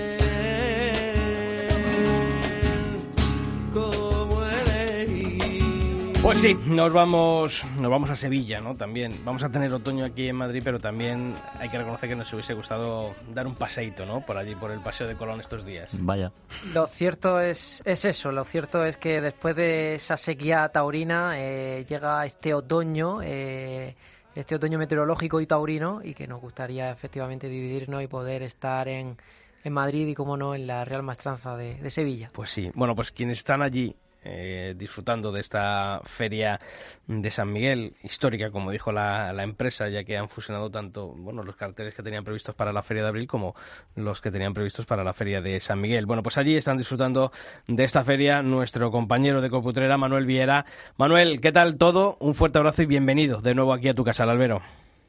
Pues sí, nos vamos nos vamos a Sevilla, ¿no? También vamos a tener otoño aquí en Madrid, pero también hay que reconocer que nos hubiese gustado dar un paseíto, ¿no? Por allí, por el Paseo de Colón estos días. Vaya. Lo cierto es, es eso, lo cierto es que después de esa sequía taurina eh, llega este otoño, eh, este otoño meteorológico y taurino, y que nos gustaría efectivamente dividirnos y poder estar en, en Madrid y, como no, en la Real Maestranza de, de Sevilla. Pues sí, bueno, pues quienes están allí Eh, disfrutando de esta feria de San Miguel, histórica, como dijo la, la empresa, ya que han fusionado tanto bueno los carteles que tenían previstos para la feria de abril como los que tenían previstos para la feria de San Miguel. Bueno, pues allí están disfrutando de esta feria nuestro compañero de Coputrera, Manuel Viera. Manuel, ¿qué tal todo? Un fuerte abrazo y bienvenido de nuevo aquí a tu casa, al albero.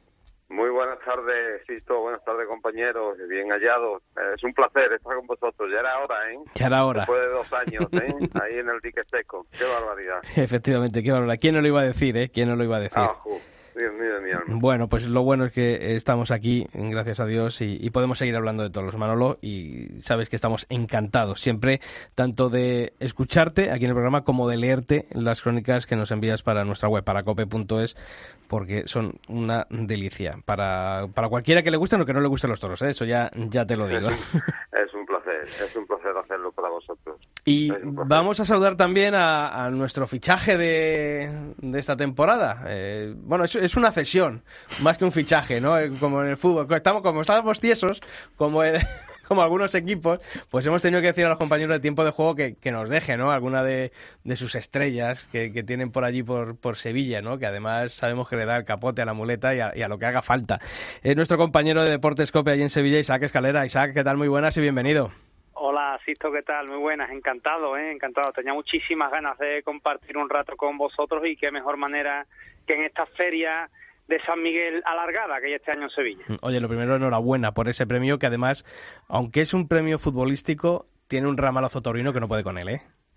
Muy buenas tardes, Sisto, buenas tardes, compañeros, bien hallados. Eh, es un placer estar con vosotros, ya era hora, ¿eh? Ya era hora. Después de dos años, ¿eh? Ahí en el dique seco, qué barbaridad. Efectivamente, qué barbaridad. ¿Quién no lo iba a decir, eh? ¿Quién no lo iba a decir? Ah, ju, Dios mío de mi alma. Bueno, pues lo bueno es que estamos aquí, gracias a Dios, y, y podemos seguir hablando de todos, Manolo, y sabes que estamos encantados siempre, tanto de escucharte aquí en el programa como de leerte las crónicas que nos envías para nuestra web, para cope punto es, porque son una delicia para, para cualquiera que le gusten o que no le gusten los toros, ¿eh? Eso ya, ya te lo digo. Es un placer, es un placer hacerlo para vosotros. Y vamos a saludar también a, a nuestro fichaje de, de esta temporada. Eh, bueno, es, es una cesión, más que un fichaje, ¿no? Como en el fútbol. Estamos, como estábamos tiesos, como el... como algunos equipos, pues hemos tenido que decir a los compañeros de tiempo de juego que, que nos dejen, ¿no? Alguna de, de sus estrellas que, que tienen por allí, por, por Sevilla, ¿no? Que además sabemos que le da el capote a la muleta y a, y a lo que haga falta. Es nuestro compañero de Deportes Cope allí en Sevilla, Isaac Escalera. Isaac, ¿qué tal? Muy buenas y bienvenido. Hola, Sisto, ¿qué tal? Muy buenas, encantado, ¿eh? Encantado. Tenía muchísimas ganas de compartir un rato con vosotros y qué mejor manera que en esta feria de San Miguel alargada que hay este año en Sevilla. Oye, lo primero, enhorabuena por ese premio que además, aunque es un premio futbolístico, tiene un ramalazo taurino que no puede con él, ¿eh?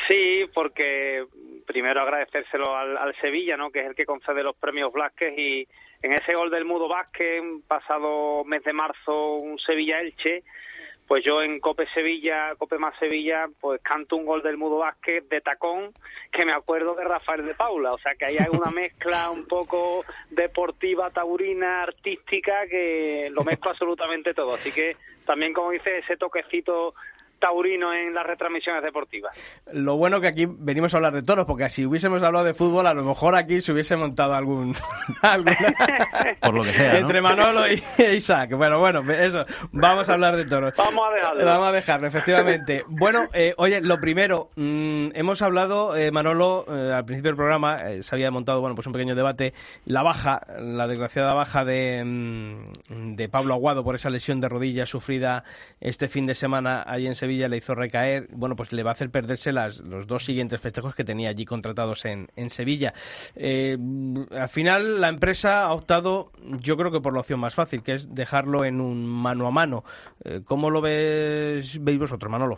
Sí, porque primero agradecérselo al, al Sevilla, ¿no?, que es el que concede los premios Blázquez, y en ese gol del Mudo Vázquez, pasado mes de marzo, un Sevilla-Elche, pues yo en Cope Sevilla, Cope más Sevilla, pues canto un gol del Mudo Vázquez de tacón, que me acuerdo de Rafael de Paula. O sea, que ahí hay una mezcla un poco deportiva, taurina, artística, que lo mezcla absolutamente todo. Así que también, como dice, ese toquecito taurino en las retransmisiones deportivas. Lo bueno que aquí venimos a hablar de toros, porque si hubiésemos hablado de fútbol, a lo mejor aquí se hubiese montado algún... alguna... Por lo que sea, ¿no? Entre Manolo y Isaac. Bueno, bueno, eso, vamos a hablar de toros. Vamos a dejarlo. Vamos a dejarlo, efectivamente. Bueno, eh, oye, lo primero, mmm, hemos hablado, eh, Manolo, eh, al principio del programa, eh, se había montado, bueno, pues un pequeño debate, la baja, la desgraciada baja de, mmm, de Pablo Aguado por esa lesión de rodilla sufrida este fin de semana allí en Sevilla. Le hizo recaer, bueno, pues le va a hacer perderse las, los dos siguientes festejos que tenía allí contratados en, en Sevilla. Eh, al final la empresa ha optado, yo creo que por la opción más fácil, que es dejarlo en un mano a mano. Eh, ¿Cómo lo ves, veis vosotros, Manolo?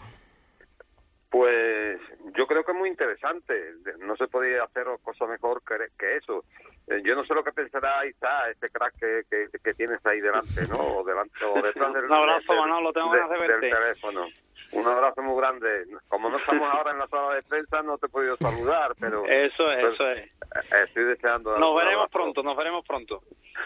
Pues yo creo que es muy interesante. No se podía hacer cosa mejor que, que eso. Eh, yo no sé lo que pensará Isaac, este crack que, que, que tienes ahí delante, ¿no? O, delante, o detrás del, un abrazo, del, Manolo, tengo de, ganas de verte. del teléfono. Un abrazo muy grande. Como no estamos ahora en la sala de prensa, no te he podido saludar, pero... Eso es, pero, eso es. Estoy deseando... Nos veremos pronto, nos veremos pronto.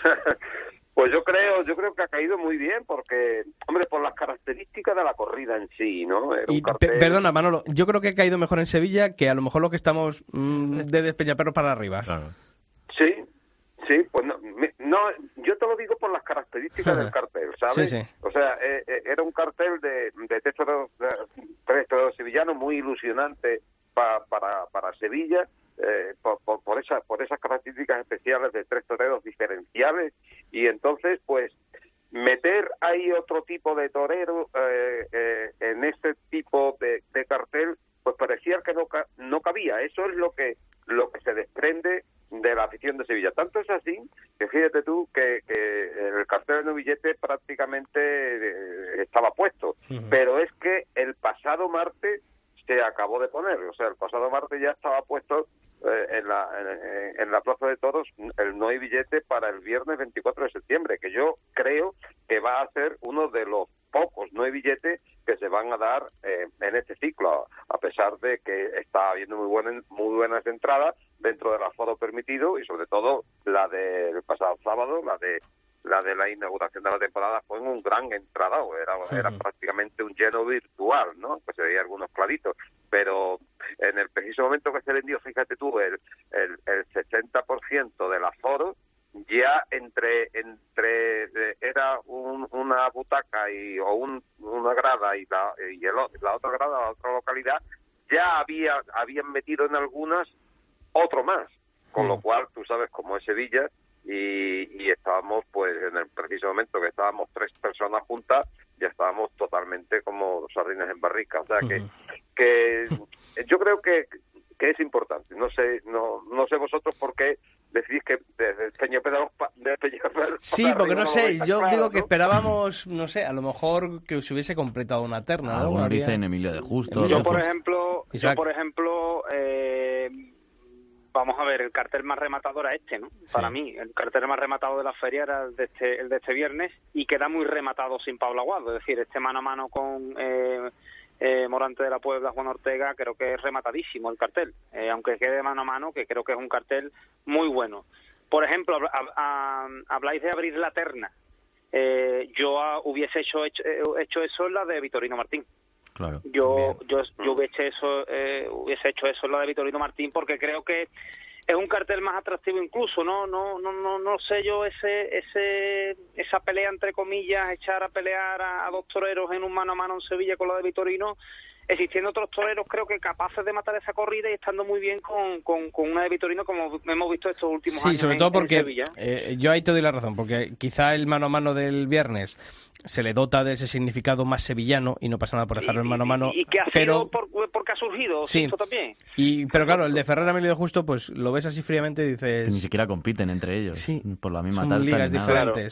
Pues yo creo, yo creo que ha caído muy bien, porque, hombre, por las características de la corrida en sí, ¿no? Era un y, cartel... pe- perdona, Manolo, yo creo que ha caído mejor en Sevilla que a lo mejor lo que estamos mmm, de Despeñaperros para arriba. Claro. Sí, sí, pues no, me, no, yo te lo digo por las características del cartel, ¿sabes? Sí, sí. O sea, eh, eh, era un cartel de, de tres toreros, tres toreros sevillanos muy ilusionante pa, para, para Sevilla, eh, por, por, por, esa, por esas características especiales de tres toreros diferenciales, y entonces, pues, meter ahí otro tipo de torero eh, eh, en este tipo de, de cartel, pues parecía que no, no cabía. Eso es lo que, lo que se desprende de la afición de Sevilla. Tanto es así que fíjate tú que, que el cartel de novillete prácticamente eh, estaba puesto, uh-huh. Pero es que el pasado martes se acabó de poner, o sea, el pasado martes ya estaba puesto eh, en, la, en, en la Plaza de Toros el no hay billete para el viernes veinticuatro de septiembre, que yo creo que va a ser uno de los pocos no hay billetes que se van a dar eh, en este ciclo, a pesar de que está habiendo muy buenas muy buenas entradas dentro del aforo permitido, y sobre todo la del pasado sábado, la de la de la inauguración de la temporada, fue en un gran entradado, era, uh-huh. era prácticamente un lleno virtual, ¿no? Pues se veía algunos claritos, pero en el preciso momento que se vendió, fíjate tú, el, el, el sesenta por ciento del aforo, ya entre entre eh, era un, una butaca y o un, una grada y la y el, la otra grada, la otra localidad, ya había habían metido en algunas otro más, con lo cual tú sabes cómo es Sevilla, y, y estábamos pues en el preciso momento que estábamos tres personas juntas, ya estábamos totalmente como sardines en barrica, o sea que uh-huh. que yo creo que que es importante. No sé, no no sé vosotros por qué decís que desde Peñaperros de Peñaperros sí, porque no sé, yo claro, digo ¿no? que esperábamos, no sé, a lo mejor que se hubiese completado una terna. Algunos ¿no? dicen Emilio de Justo. Yo, por ejemplo, yo, por ejemplo, eh, vamos a ver, el cartel más rematado era este, ¿no? Sí. Para mí, el cartel más rematado de la feria era el de este, el de este viernes, y queda muy rematado sin Pablo Aguado, es decir, este mano a mano con... Eh, Eh, Morante de la Puebla, Juan Ortega, creo que es rematadísimo el cartel, eh, aunque quede mano a mano, que creo que es un cartel muy bueno. Por ejemplo, a, a, a, habláis de abrir la terna, eh, yo a, hubiese hecho, hecho hecho eso en la de Vitorino Martín. Claro. Yo yo yo hubiese eso eh, hubiese hecho eso en la de Vitorino Martín, porque creo que es un cartel más atractivo incluso, no no no no no sé yo ese ese esa pelea entre comillas, echar a pelear a, a dos toreros en un mano a mano en Sevilla con la de Vitorino, existiendo otros toreros creo que capaces de matar esa corrida y estando muy bien con, con, con una de Vitorino, como hemos visto estos últimos sí, años. Sí, sobre todo en, porque en Sevilla. Eh, yo ahí te doy la razón, porque quizá el mano a mano del viernes se le dota de ese significado más sevillano y no pasa nada por dejarlo en mano a mano. Y, y que ha pero... sido por, porque ha surgido, sí. esto también. Y, pero claro, el de Ferrer Emilio de Justo, pues lo ves así fríamente y dices... Ni siquiera compiten entre ellos, sí, por la misma son tarta ligas ni nada. diferentes. Claro.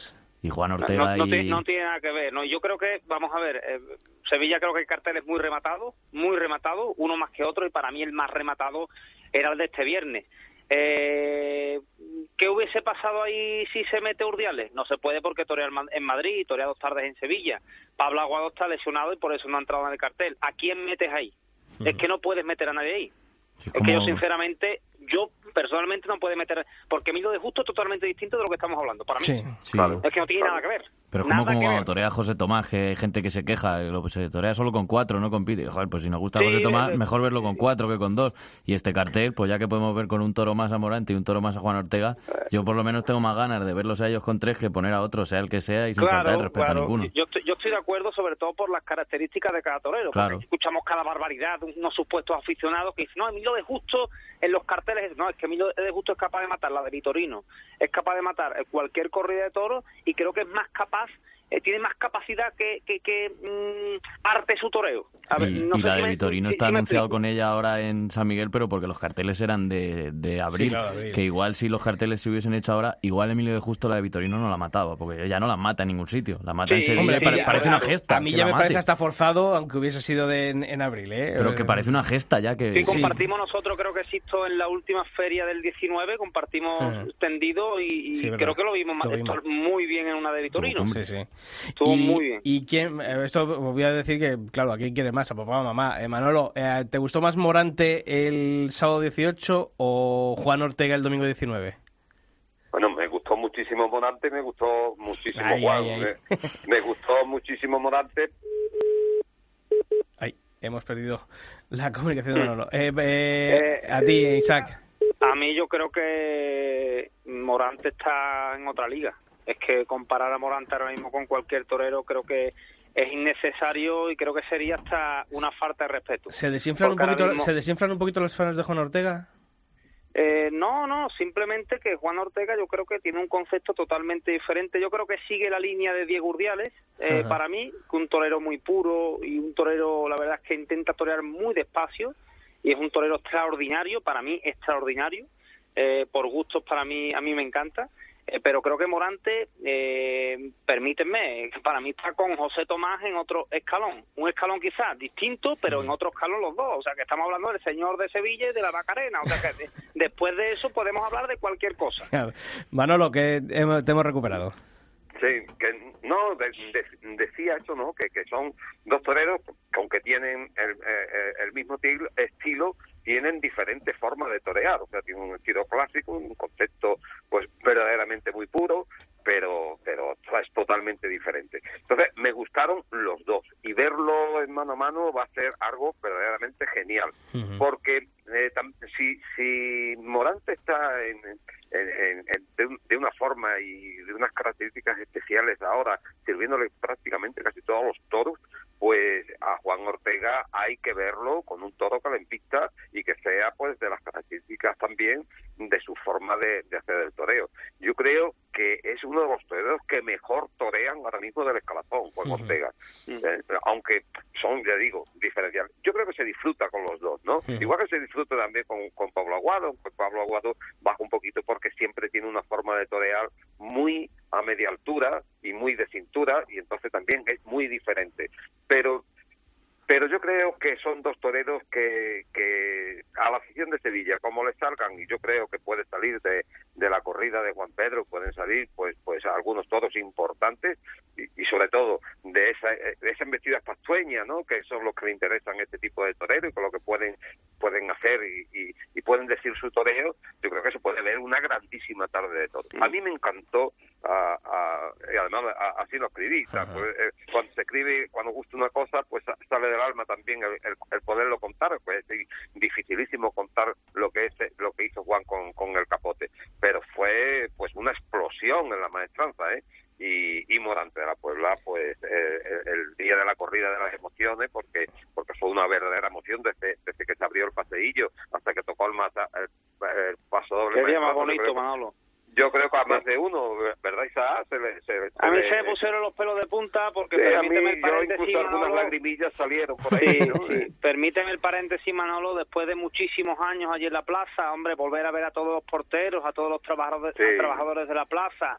y Juan Ortega no, no, y... te, no tiene nada que ver, no. Yo creo que, vamos a ver, eh, Sevilla creo que el cartel es muy rematado, muy rematado, uno más que otro, y para mí el más rematado era el de este viernes. Eh, ¿Qué hubiese pasado ahí si se mete Urdiales? No se puede porque torea en Madrid y torea dos tardes en Sevilla. Pablo Aguado está lesionado y por eso no ha entrado en el cartel. ¿A quién metes ahí? Uh-huh. Es que no puedes meter a nadie ahí. Sí, es como... que yo sinceramente, yo personalmente no puedo meter, porque Emilio de Justo es totalmente distinto de lo que estamos hablando, para mí. Sí, sí. Es que no tiene nada que ver. Pero como, como cuando torea José Tomás, que hay gente que se queja, lo, se torea solo con cuatro, no compite. Joder, pues si nos gusta sí, José Tomás, es... mejor verlo con cuatro que con dos. Y este cartel, pues ya que podemos ver con un toro más a Morante y un toro más a Juan Ortega, yo por lo menos tengo más ganas de verlos a ellos con tres que poner a otro, sea el que sea, y sin claro, faltar el respeto claro. a ninguno. Yo estoy, yo estoy de acuerdo, sobre todo por las características de cada torero. Claro. Porque escuchamos cada barbaridad, unos supuestos aficionados que dicen, no, Emilio de Justo en los carteles, no, es que Emilio de Justo es capaz de matar la de Vitorino, es capaz de matar cualquier corrida de toros y creo que es más capaz, eh, tiene más capacidad que, que, que mmm, arte su toreo. A ver, y no y sé la si de me, Vitorino si, está si anunciado con ella ahora en San Miguel, pero porque los carteles eran de, de abril, sí, claro, abril, que igual si los carteles se hubiesen hecho ahora, igual Emilio de Justo la de Vitorino no la mataba, porque ya no la mata en ningún sitio, la mata sí, en Sevilla, hombre, pare, ya, parece claro, una gesta. A mí que ya me mate. parece hasta forzado, aunque hubiese sido de, en, en abril, ¿eh? Pero que parece una gesta ya que... Sí, compartimos sí. nosotros, creo que existo en la última feria del diecinueve, compartimos uh-huh. tendido y, y sí, creo que lo vimos, lo vimos muy bien en una de Vitorino. Sí, sí. Estuvo y, muy bien. ¿Y quién? Esto voy a decir que, claro, ¿a quién quiere más? A papá o mamá. Eh, Manolo, eh, ¿te gustó más Morante el sábado dieciocho o Juan Ortega el domingo diecinueve? Bueno, me gustó muchísimo Morante, me gustó muchísimo ay, Juan. Ay, ay. Me, me gustó muchísimo Morante. Ay, hemos perdido la comunicación de Manolo. Eh, eh, eh, a ti, Isaac. A mí yo creo que Morante está en otra liga. Es que comparar a Morante ahora mismo con cualquier torero creo que es innecesario y creo que sería hasta una falta de respeto. ¿Se desinflan, un poquito, mismo... ¿se desinflan un poquito los fans de Juan Ortega? Eh, no, no, simplemente que Juan Ortega yo creo que tiene un concepto totalmente diferente. Yo creo que sigue la línea de Diego Urdiales, eh, para mí, que un torero muy puro y un torero, la verdad es que intenta torear muy despacio y es un torero extraordinario, para mí extraordinario, eh, por gustos para mí, a mí me encanta. Eh, pero creo que Morante, eh, permítanme, para mí está con José Tomás en otro escalón. Un escalón quizás distinto, pero en otro escalón los dos. O sea, que estamos hablando del señor de Sevilla y de la Macarena. O sea, que de, después de eso podemos hablar de cualquier cosa. Manolo, que hemos, te hemos recuperado. Sí, que no, de, de, decía eso, ¿no? Que, que son dos toreros que aunque tienen el, el, el mismo estilo, estilo, tienen diferentes formas de torear. O sea, tienen un estilo clásico, un concepto pues verdaderamente muy puro, pero pero es totalmente diferente. Entonces, me gustaron los dos y verlo en mano a mano va a ser algo verdaderamente genial. Uh-huh. Porque eh, tam, si, si Morante está en, en, en, en de, un, de una forma y de unas características especiales ahora, sirviéndole prácticamente casi todos los toros, pues a Juan Ortega hay que verlo con un toro calempista y que sea pues de las características también de su forma de, de hacer el toreo. Yo creo que es uno de los toreros que mejor torean ahora mismo del escalafón, Juan uh-huh. Ortega, eh, aunque son, ya digo, diferenciales. Yo creo que se disfruta con los dos, ¿no? Uh-huh. Igual que se disfruta también con, con Pablo Aguado, pues Pablo Aguado baja un poquito porque siempre tiene una forma de torear muy a media altura y muy de cintura, y entonces también es muy diferente. Pero pero yo creo que son dos toreros que, que a la afición de Sevilla, como le salgan, y yo creo que puede salir de, de la corrida de Juan Pedro, pueden salir pues pues algunos toros importantes, y, y sobre todo de esa, de esa embestida pastueña, ¿no? Que son los que le interesan este tipo de toreros y con lo que pueden pueden hacer y, y, y pueden decir su toreo. Yo creo que se puede ver una grandísima tarde de toros. A mí me encantó, a, a, y además a, así lo escribí, pues, eh, cuando se escribe, cuando gusta una cosa, pues sale del alma también el, el, el poderlo contar. Pues es dificilísimo contar lo que es lo que hizo Juan con, con el capote, pero fue pues una explosión en la maestranza, ¿eh? Y, y Morante de la Puebla, pues eh, el, el día de la corrida de las emociones, porque porque fue una verdadera emoción desde, desde que se abrió el paseillo hasta que tocó el, mata, el, el paso doble. Qué día más bonito, Manolo. Yo creo que a más de uno, ¿verdad, Isaac? Se le, se, se a mí le... se me pusieron los pelos de punta porque, sí, permíteme a mí, el paréntesis, yo incluso Manolo, algunas lagrimillas salieron por ahí, sí, ¿no? Sí. Permíteme el paréntesis, Manolo, después de muchísimos años allí en la plaza, hombre, volver a ver a todos los porteros, a todos los trabajadores, sí. trabajadores de la plaza,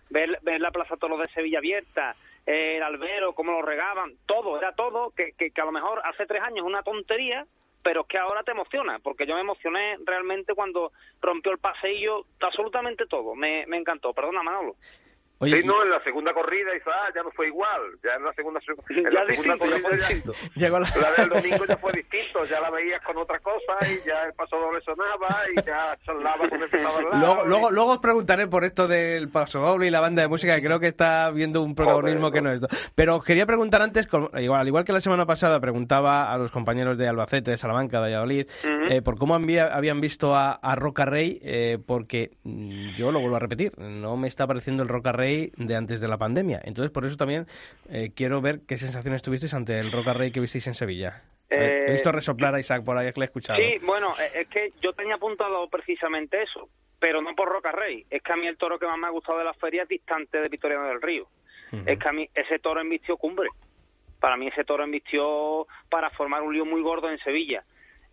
ver, ver la Plaza Toros de Sevilla abierta, eh, el albero, cómo lo regaban, todo, era todo, que, que, que a lo mejor hace tres años es una tontería, pero es que ahora te emociona, porque yo me emocioné realmente cuando rompió el paseillo, absolutamente todo, me, me encantó. Perdona, Manolo. Oye, sí, no, en la segunda corrida Isaac, ah, ya no fue igual, ya en la segunda, en ya la distinto, segunda ya fue distinto. Ya, la... la del domingo ya fue distinto, ya la veías con otra cosa y ya el paso doble sonaba y ya charlaba con el que estaba al lado. Luego, y... luego, luego os preguntaré por esto del paso doble y la banda de música, que creo que está viendo un protagonismo Joder, que no es esto. Pero os quería preguntar antes, igual, al igual que la semana pasada preguntaba a los compañeros de Albacete, de Salamanca, de Valladolid, uh-huh. eh, por cómo había, habían visto a, a Roca Rey, eh, porque yo lo vuelvo a repetir, no me está pareciendo el Roca Rey de antes de la pandemia. Entonces, por eso también eh, quiero ver qué sensaciones tuvisteis ante el Roca Rey que visteis en Sevilla. Eh, He visto resoplar a Isaac por ahí, que le he escuchado. Sí, bueno, es que yo tenía apuntado precisamente eso, pero no por Roca Rey. Es que a mí el toro que más me ha gustado de la feria es Distante de Victoriano del Río. Uh-huh. Es que a mí ese toro embistió cumbre. Para mí ese toro embistió para formar un lío muy gordo en Sevilla.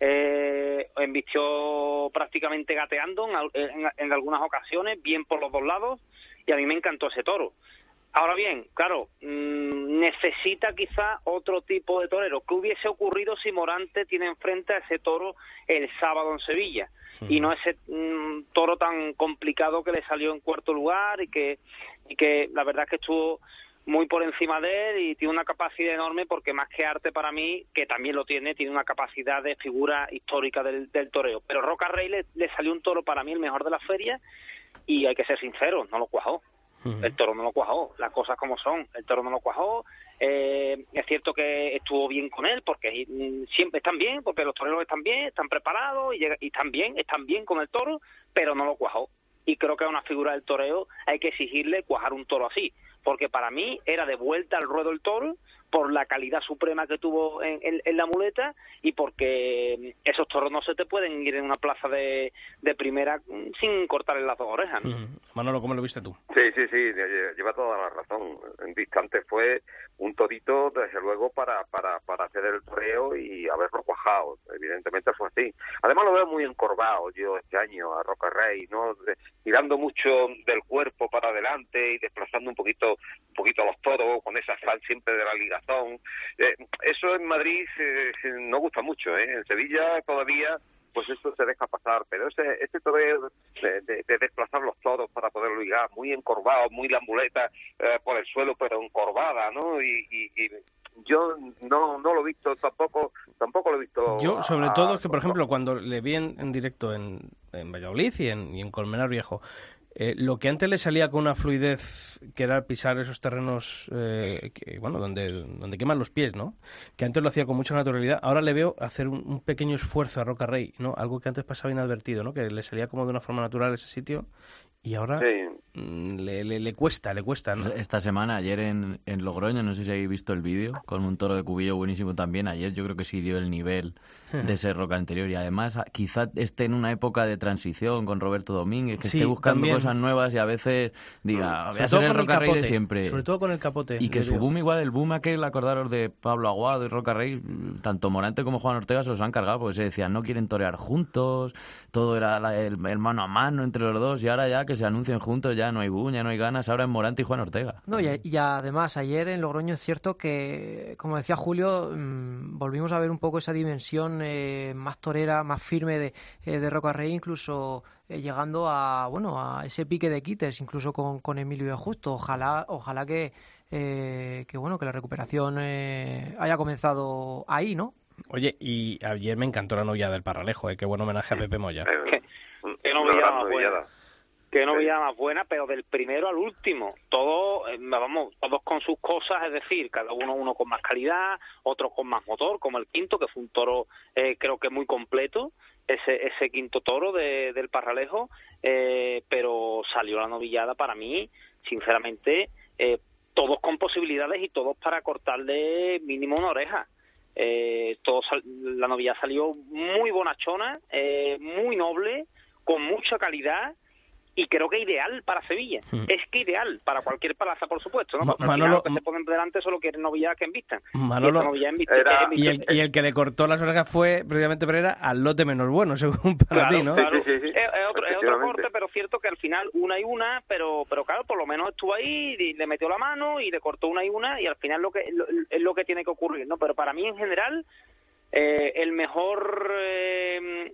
Eh, embistió prácticamente gateando en, en, en algunas ocasiones, bien por los dos lados, y a mí me encantó ese toro. Ahora bien, claro, mmm, necesita quizá otro tipo de torero. ¿Qué hubiese ocurrido si Morante tiene enfrente a ese toro el sábado en Sevilla? Sí. Y no ese mmm, toro tan complicado que le salió en cuarto lugar y que, y que la verdad es que estuvo muy por encima de él y tiene una capacidad enorme, porque más que arte para mí, que también lo tiene, tiene una capacidad de figura histórica del, del toreo. Pero Roca Rey le, le salió un toro para mí el mejor de la feria y hay que ser sinceros, no lo cuajó. Uh-huh. El toro no lo cuajó, las cosas como son, el toro no lo cuajó. Eh, es cierto que estuvo bien con él, porque siempre están bien, porque los toreros están bien, están preparados y, llega, y están bien, están bien con el toro, pero no lo cuajó. Y creo que a una figura del toreo hay que exigirle cuajar un toro así, porque para mí era de vuelta al ruedo el toro, por la calidad suprema que tuvo en, en, en la muleta y porque esos toros no se te pueden ir en una plaza de, de primera sin cortarle las dos orejas, ¿no? Mm. Manolo, ¿cómo lo viste tú? Sí, sí, sí, lleva toda la razón. En Distante fue un torito, desde luego, para, para, para hacer el toreo y haberlo cuajado. Evidentemente fue así. Además lo veo muy encorvado yo este año a Roca Rey, ¿no? De, tirando mucho del cuerpo para adelante y desplazando un poquito, un poquito a los toros con esa afán siempre de la liga. Eh, eso en Madrid eh, no gusta mucho, ¿eh? En Sevilla todavía pues eso se deja pasar, pero ese ese toreo de, de, de desplazar los toros para poderlo ligar, muy encorvado, muy la muleta eh, por el suelo pero encorvada, ¿no? Y, y, y yo no no lo he visto tampoco, tampoco lo he visto. Yo sobre a, todo es que, por ejemplo, cuando le vi en, en directo en, en Valladolid y en, y en Colmenar Viejo, Eh, lo que antes le salía con una fluidez, que era pisar esos terrenos eh, que, bueno, donde, donde queman los pies, ¿no? Que antes lo hacía con mucha naturalidad. Ahora le veo hacer un, un pequeño esfuerzo a Roca Rey, ¿no? Algo que antes pasaba inadvertido, ¿no? Que le salía como de una forma natural ese sitio y ahora sí. le, le, le cuesta, le cuesta, ¿no? Esta semana, ayer en, en Logroño, no sé si habéis visto el vídeo, con un toro de cubillo buenísimo también. Ayer yo creo que sí dio el nivel de ese Roca anterior y además quizá esté en una época de transición con Roberto Domínguez, que sí, esté buscando también cosas nuevas y a veces diga, voy a ser el Roca Rey de siempre. Sobre todo con el capote. Y que su boom igual, el boom aquel, acordaros de Pablo Aguado y Roca Rey, tanto Morante como Juan Ortega se los han cargado, porque se decían, no quieren torear juntos, todo era la, el, el mano a mano entre los dos, y ahora ya que se anuncien juntos ya no hay boom, ya no hay ganas, ahora es Morante y Juan Ortega. No, y, y además ayer en Logroño es cierto que, como decía Julio, mmm, volvimos a ver un poco esa dimensión eh, más torera, más firme de, eh, de Roca Rey, incluso eh, llegando a bueno a ese pique de quites, incluso con, con Emilio de Justo. Ojalá, ojalá que, eh, que bueno que la recuperación eh, haya comenzado ahí, ¿no? Oye, y ayer me encantó la novia del Parralejo, ¿eh? Qué buen homenaje a Pepe Moya. Qué, qué novia más buena. Qué novia más buena, pero del primero al último. Todos, vamos, todos con sus cosas, es decir, cada uno uno con más calidad, otro con más motor, como el quinto, que fue un toro eh, creo que muy completo, ese ese quinto toro de, del Parralejo, eh, pero salió la novillada para mí, sinceramente, eh, todos con posibilidades y todos para cortarle mínimo una oreja. Eh, todos, la novilla salió muy bonachona, eh, muy noble, con mucha calidad, y creo que ideal para Sevilla. Mm. Es que ideal para cualquier plaza, por supuesto, ¿no? Ma- Porque Manolo, al final, que se ponen delante solo quieren novilladas que envistan. Manolo, y, novillada envista, era, envista, y, el, y el que le cortó las orejas fue precisamente Pereira al lote menos bueno, según para claro, ti, ¿no? Claro. Sí, sí, sí. Es, es, otro, es otro corte, pero cierto que al final una y una, pero pero claro, por lo menos estuvo ahí, y le metió la mano y le cortó una y una, y al final lo que lo, es lo que tiene que ocurrir, ¿no? Pero para mí en general Eh, el mejor eh,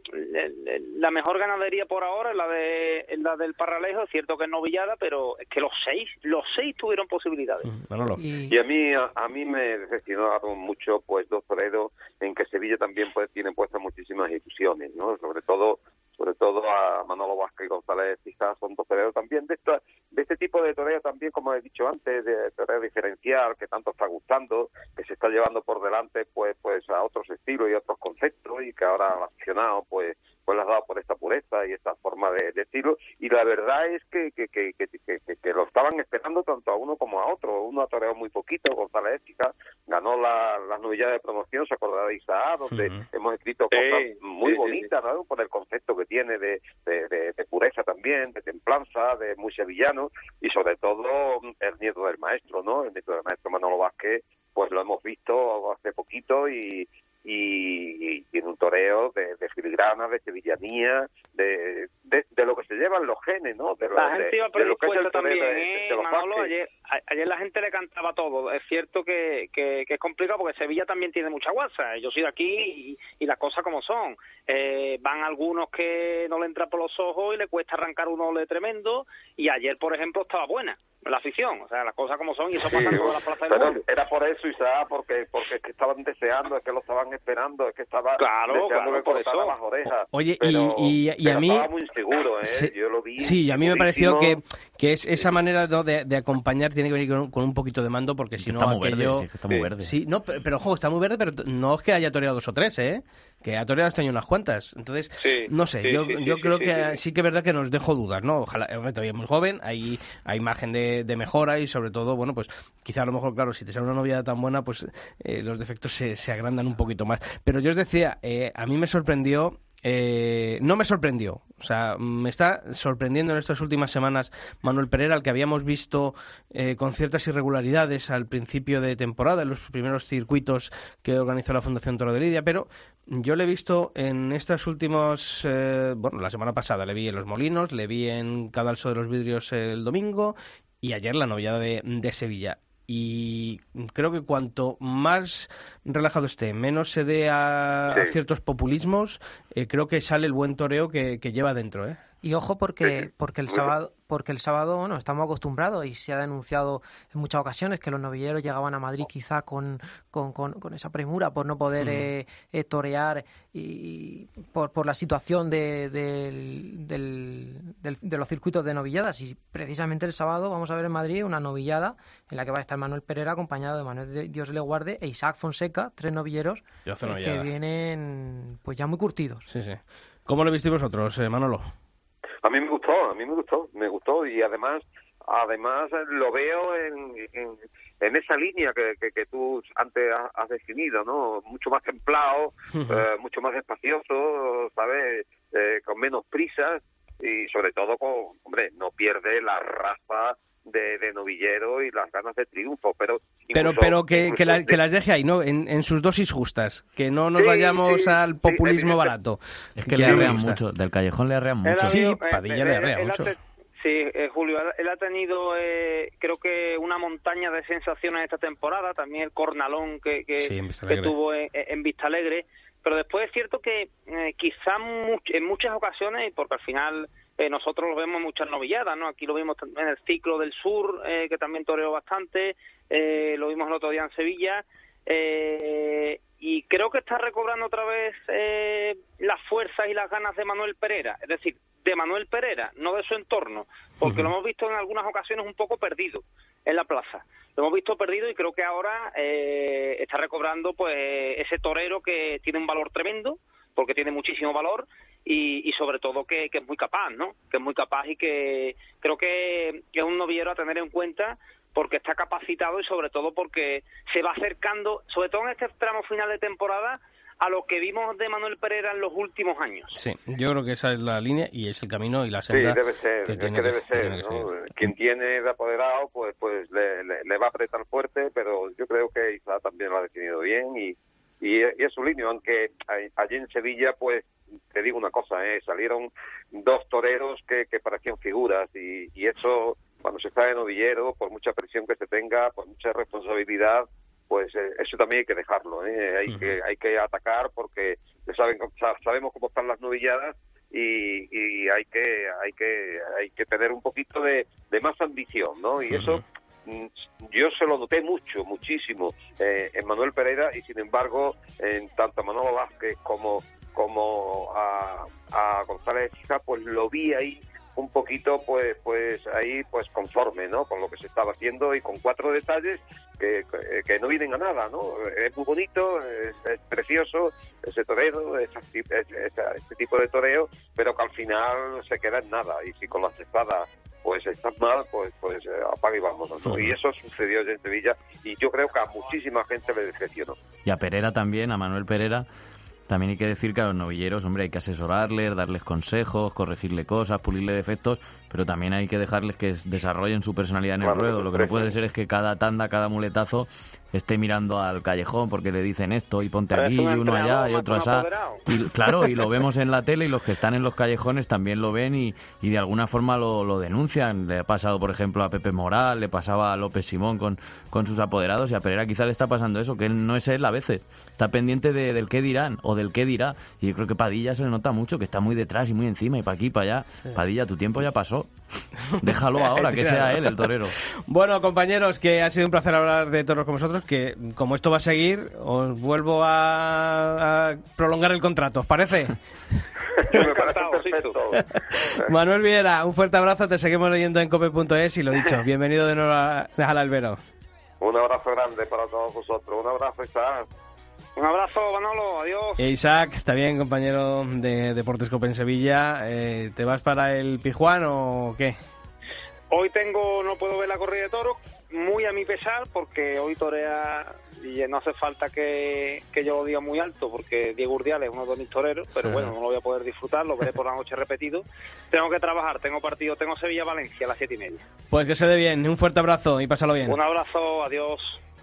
la mejor ganadería por ahora es la de la del Parralejo. Es cierto que es novillada, pero es que los seis los seis tuvieron posibilidades. Manolo. Y, y a mí a, a mí me decepcionaron mucho pues dos toreros en que Sevilla también pues tiene puestas muchísimas ilusiones, ¿no? Sobre todo sobre todo a Manolo Vázquez y González Pizarro, son dos toreros también de esta de este tipo de toreo también, como he dicho antes, de toreo diferencial que tanto está gustando, que se está llevando por delante pues pues a otros estilos y a otros conceptos, y que ahora al aficionado pues pues las ha dado por esta pureza y esta forma de, de estilo, y la verdad es que que, que, que, que, que, que lo estaban esperando tanto a uno como a otro. Uno ha toreado muy poquito, González Ética, ganó la, las novilladas de promoción, se acordará de Isaac, donde uh-huh. hemos escrito cosas sí, muy sí, bonitas, sí, sí. ¿no? Por el concepto que tiene de, de, de, de pureza también, de templanza, de muy sevillano, y sobre todo el nieto del maestro, ¿no? El nieto del maestro Manolo Vázquez, pues lo hemos visto hace poquito y y, y tiene un toreo de, de filigrana, de sevillanía, de, de, de lo que se llevan los genes, ¿no? De lo, la gente iba predispuesta también, de, ¿eh, de Manolo? Ayer, ayer la gente le cantaba todo. Es cierto que, que, que es complicado porque Sevilla también tiene mucha guasa. Yo soy de aquí y, y las cosas como son. Eh, van algunos que no le entran por los ojos y le cuesta arrancar un ole tremendo, y ayer, por ejemplo, estaba buena la afición, o sea, las cosas como son, y eso sí, pasa en toda la plaza del mundo. Era por eso, Isaac, porque porque es que estaban deseando, es que lo estaban esperando, es que estaban claro, deseando claro, que cortaran las orejas. Oye, pero, y, y, y pero a mí... estaba muy inseguro, ¿eh? Sí, yo lo vi. Sí, a mí me pareció que, que es esa manera, ¿no?, de, de acompañar tiene que venir con, con un poquito de mando, porque si no está muy aquello... verde, sí, que está muy verde. Sí, no, pero, pero ojo, está muy verde, pero no es que haya toreado dos o tres, ¿eh? Que ha toreado este año unas cuantas. Entonces, sí, no sé, sí, yo, sí, yo sí, creo sí, que sí. sí que es verdad que nos dejó dudas, ¿no? Ojalá, todavía es muy joven, hay, hay margen de, de mejora, y sobre todo, bueno, pues quizá a lo mejor, claro, si te sale una noviada tan buena, pues eh, los defectos se, se agrandan un poquito más. Pero yo os decía, eh, a mí me sorprendió, eh, no me sorprendió, o sea, me está sorprendiendo en estas últimas semanas Manuel Pereira, al que habíamos visto eh, con ciertas irregularidades al principio de temporada, en los primeros circuitos que organizó la Fundación Toro de Lidia, pero yo le he visto en estas últimos, eh, bueno, la semana pasada le vi en Los Molinos, le vi en Cadalso de los Vidrios el domingo, y ayer la novillada de, de Sevilla. Y creo que cuanto más relajado esté, menos se dé a, sí. a ciertos populismos, eh, creo que sale el buen toreo que, que lleva dentro, ¿eh? Y ojo porque porque el sábado porque el sábado bueno, estamos acostumbrados, y se ha denunciado en muchas ocasiones que los novilleros llegaban a Madrid quizá con con, con, con esa premura por no poder mm. eh, eh, torear, y por, por la situación de, de, del, del, de los circuitos de novilladas. Y precisamente el sábado vamos a ver en Madrid una novillada en la que va a estar Manuel Pereira acompañado de Manuel Dios le guarde e Isaac Fonseca, tres novilleros eh, que vienen pues ya muy curtidos. Sí, sí. ¿Cómo lo visteis vosotros, eh, Manolo? A mí me gustó, a mí me gustó, me gustó, y además además lo veo en, en, en esa línea que, que, que tú antes has definido, ¿no? Mucho más templado, uh-huh. eh, mucho más espacioso, ¿sabes? Eh, con menos prisas, y sobre todo, con, hombre, no pierde la raza de, de novillero y las ganas de triunfo, pero pero incluso, pero que, que, la, de... que las deje ahí, ¿no? En, en sus dosis justas, que no nos sí, vayamos sí, al populismo sí, barato. Es que, que le arrean mucho, del Callejón le arrean mucho. Sí, eh, Padilla eh, le arrea eh, mucho. Te... Sí, eh, Julio, él ha tenido, eh, creo que una montaña de sensaciones esta temporada, también el cornalón que, que, sí, que tuvo en, en Vista Alegre, pero después es cierto que eh, quizá much, en muchas ocasiones, porque al final eh, nosotros lo vemos en muchas novilladas, ¿no? Aquí lo vimos en el Ciclo del Sur, eh, que también toreó bastante, eh, lo vimos el otro día en Sevilla, eh, y creo que está recobrando otra vez eh, las fuerzas y las ganas de Manuel Pereira, es decir, de Manuel Pereira, no de su entorno, porque uh-huh. lo hemos visto en algunas ocasiones un poco perdido en la plaza. Lo hemos visto perdido, y creo que ahora eh, está recobrando pues ese torero que tiene un valor tremendo, porque tiene muchísimo valor, y, y sobre todo que, que es muy capaz, ¿no? Que es muy capaz, y que creo que, que es un novillero a tener en cuenta, porque está capacitado, y sobre todo porque se va acercando, sobre todo en este tramo final de temporada, a lo que vimos de Manuel Pereira en los últimos años. Sí, yo creo que esa es la línea y es el camino y la senda. Sí, debe ser, que es tiene que debe que, ser, que tiene que ¿no? ser. Quien tiene de apoderado, pues pues le, le, le va a apretar fuerte, pero yo creo que Isa también lo ha definido bien y, y, y es su línea, aunque allí en Sevilla, pues te digo una cosa, ¿eh? Salieron dos toreros que, que parecían figuras y, y eso, cuando se está de novillero, por mucha presión que se tenga, por mucha responsabilidad, pues eh, eso también hay que dejarlo, ¿eh? Hay uh-huh. que hay que atacar porque saben sabemos cómo están las novilladas y, y hay que hay que hay que tener un poquito de, de más ambición, ¿no? Y uh-huh. eso yo se lo noté mucho, muchísimo eh, en Manuel Pereira y sin embargo en tanto a Manolo Vázquez como como a, a González Hija, pues lo vi ahí un poquito pues pues ahí pues conforme, ¿no? Con lo que se estaba haciendo y con cuatro detalles que, que no vienen a nada, ¿no? Es muy bonito, es, es precioso ese torero, ese, ese, ese tipo de toreo, pero que al final se queda en nada y si con las espadas pues estás mal, pues pues apaga y vámonos, ¿no? Y eso sucedió en Sevilla y yo creo que a muchísima gente le decepcionó. Y a Pereira también, a Manuel Pereira. También hay que decir que a los novilleros, hombre, hay que asesorarles, darles consejos, corregirle cosas, pulirle defectos, pero también hay que dejarles que desarrollen su personalidad en el claro, ruedo. Lo que no puede ser es que cada tanda, cada muletazo esté mirando al callejón porque le dicen esto y ponte aquí y uno allá y otro allá. Y claro, y lo vemos en la tele y los que están en los callejones también lo ven y, y de alguna forma lo, lo denuncian. Le ha pasado, por ejemplo, a Pepe Moral, le pasaba a López Simón con, con sus apoderados y a Pereira quizá le está pasando eso, que él no es él a veces. Está pendiente de, del qué dirán o del qué dirá. Y yo creo que Padilla se le nota mucho, que está muy detrás y muy encima y para aquí y para allá. Sí. Padilla, tu tiempo ya pasó. Déjalo ahora, que sea él el torero. Bueno, compañeros, que ha sido un placer hablar de toros con vosotros, que como esto va a seguir, os vuelvo a, a prolongar el contrato, ¿os parece? Me parece perfecto. Manuel Viera, un fuerte abrazo, te seguimos leyendo en cope punto es y lo dicho, bienvenido de nuevo al albero. Un abrazo grande para todos vosotros, un abrazo, Isaac. Un abrazo, Manolo, adiós. E Isaac, también compañero de Deportes Cope en Sevilla, eh, ¿te vas para el Pijuán o qué? Hoy tengo, no puedo ver la corrida de toros, muy a mi pesar, porque hoy torea, y no hace falta que, que yo lo diga muy alto, porque Diego Urdiales es uno de mis toreros, pero bueno, no lo voy a poder disfrutar, lo veré por la noche repetido. Tengo que trabajar, tengo partido, tengo Sevilla-Valencia a las siete y media. Pues que se dé bien, un fuerte abrazo y pásalo bien. Un abrazo, adiós.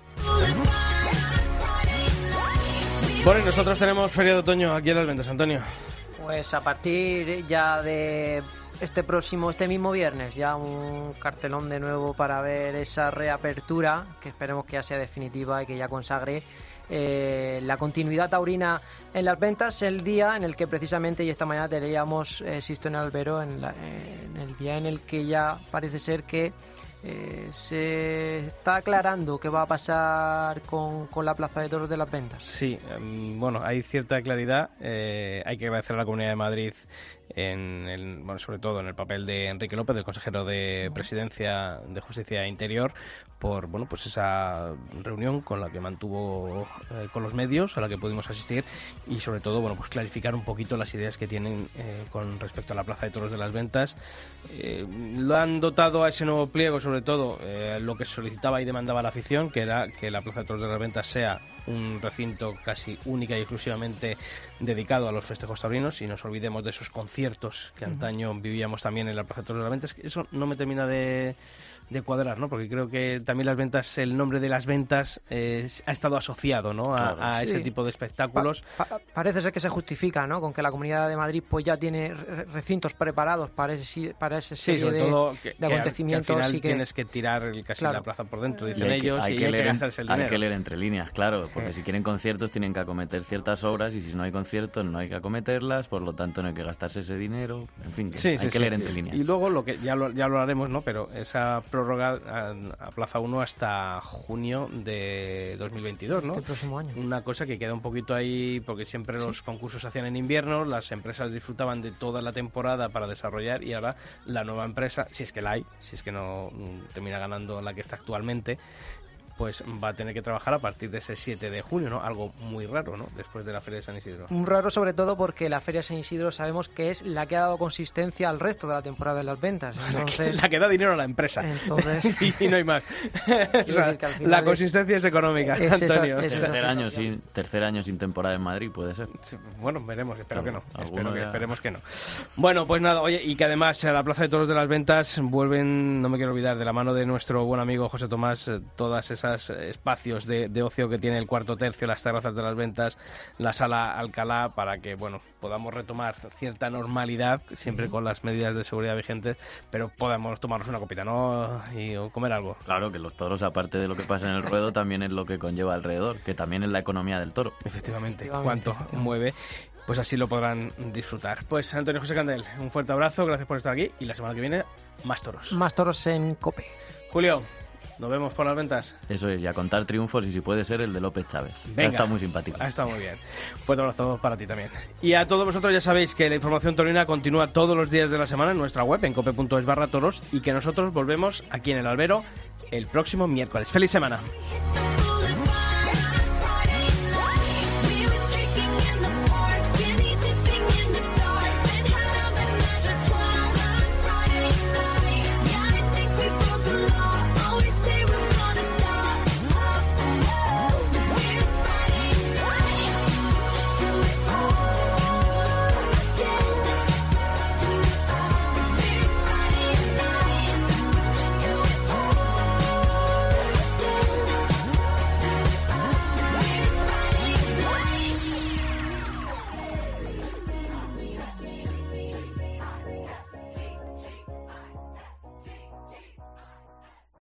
Bueno, y nosotros tenemos Feria de Otoño aquí en Las Ventas, Antonio. Pues a partir ya de este próximo, este mismo viernes, ya un cartelón de nuevo para ver esa reapertura, que esperemos que ya sea definitiva y que ya consagre eh, la continuidad taurina en Las Ventas, el día en el que precisamente, y esta mañana teníamos eh, Sisto en el albero, en, la, eh, en el día en el que ya parece ser que Eh, se está aclarando qué va a pasar con, con la Plaza de Toros de Las Ventas. Sí, um, bueno, hay cierta claridad. Eh, hay que agradecer a la Comunidad de Madrid, en el, bueno, sobre todo en el papel de Enrique López, del consejero de Presidencia de Justicia e Interior, por bueno, pues esa reunión con la que mantuvo eh, con los medios, a la que pudimos asistir, y sobre todo, bueno, pues clarificar un poquito las ideas que tienen eh, con respecto a la Plaza de Toros de Las Ventas. Eh, lo han dotado a ese nuevo pliego, sobre todo eh, lo que solicitaba y demandaba la afición, que era que la Plaza de Toros de Las Ventas sea un recinto casi única y exclusivamente dedicado a los festejos taurinos, y nos olvidemos de esos conciertos que antaño vivíamos también en la Plaza de Toros de Las Ventas. Eso no me termina de, de cuadrar, ¿no? Porque creo que también Las Ventas, el nombre de Las Ventas eh, ha estado asociado, ¿no? a, claro, a sí. ese tipo de espectáculos. Pa, pa, parece ser que se justifica, ¿no? Con que la Comunidad de Madrid pues ya tiene recintos preparados para ese para ese serie sí, sobre de, todo que, de acontecimientos. Que al final y que tienes que tirar casi claro. la plaza por dentro, dicen hay ellos, que, hay y que hay leer, que gastarse el dinero. Hay que leer entre líneas, claro, porque eh. si quieren conciertos tienen que acometer ciertas obras, y si no hay conciertos no hay que acometerlas, por lo tanto no hay que gastarse ese dinero, en fin, que sí, hay sí, que sí, leer sí. entre líneas. Y luego, lo que ya lo, ya lo haremos, ¿no? Pero esa prórroga a, a Plaza uno hasta junio de dos mil veintidós, ¿no? Este próximo año. Una cosa que queda un poquito ahí, porque siempre sí. los concursos se hacían en invierno, las empresas disfrutaban de toda la temporada para desarrollar, y ahora la nueva empresa, si es que la hay, si es que no termina ganando la que está actualmente, pues va a tener que trabajar a partir de ese siete de junio, ¿no? Algo muy raro, ¿no? Después de la Feria de San Isidro. Un raro sobre todo porque la Feria de San Isidro sabemos que es la que ha dado consistencia al resto de la temporada de las ventas. Entonces... La, que, la que da dinero a la empresa. Entonces... y, y no hay más. O sea, la consistencia es, es económica, es Antonio. Esa, es tercer, año sin, tercer año sin temporada en Madrid, puede ser. Bueno, veremos, espero Pero, que no. Espero ya... que, esperemos que no. Bueno, pues nada, oye, y que además a la Plaza de Toros de las Ventas vuelven, no me quiero olvidar, de la mano de nuestro buen amigo José Tomás, todas esas espacios de, de ocio que tiene el Cuarto Tercio, las terrazas de las Ventas, la Sala Alcalá, para que, bueno, podamos retomar cierta normalidad, siempre con las medidas de seguridad vigentes, pero podamos tomarnos una copita, ¿no? Y o comer algo. Claro, que los toros, aparte de lo que pasa en el ruedo, también es lo que conlleva alrededor, que también es la economía del toro. Efectivamente, cuánto mueve, pues así lo podrán disfrutar. Pues Antonio José Candel, un fuerte abrazo, gracias por estar aquí, y la semana que viene, más toros. Más toros en COPE. Julio, nos vemos por las ventas. Eso es, y a contar triunfos, y si puede ser el de López Chávez. Venga, está muy simpático. Ha estado muy bien. Fuerte abrazo para ti también. Y a todos vosotros ya sabéis que la información taurina continúa todos los días de la semana en nuestra web, en cope punto es barra toros, y que nosotros volvemos aquí en el Albero el próximo miércoles. ¡Feliz semana!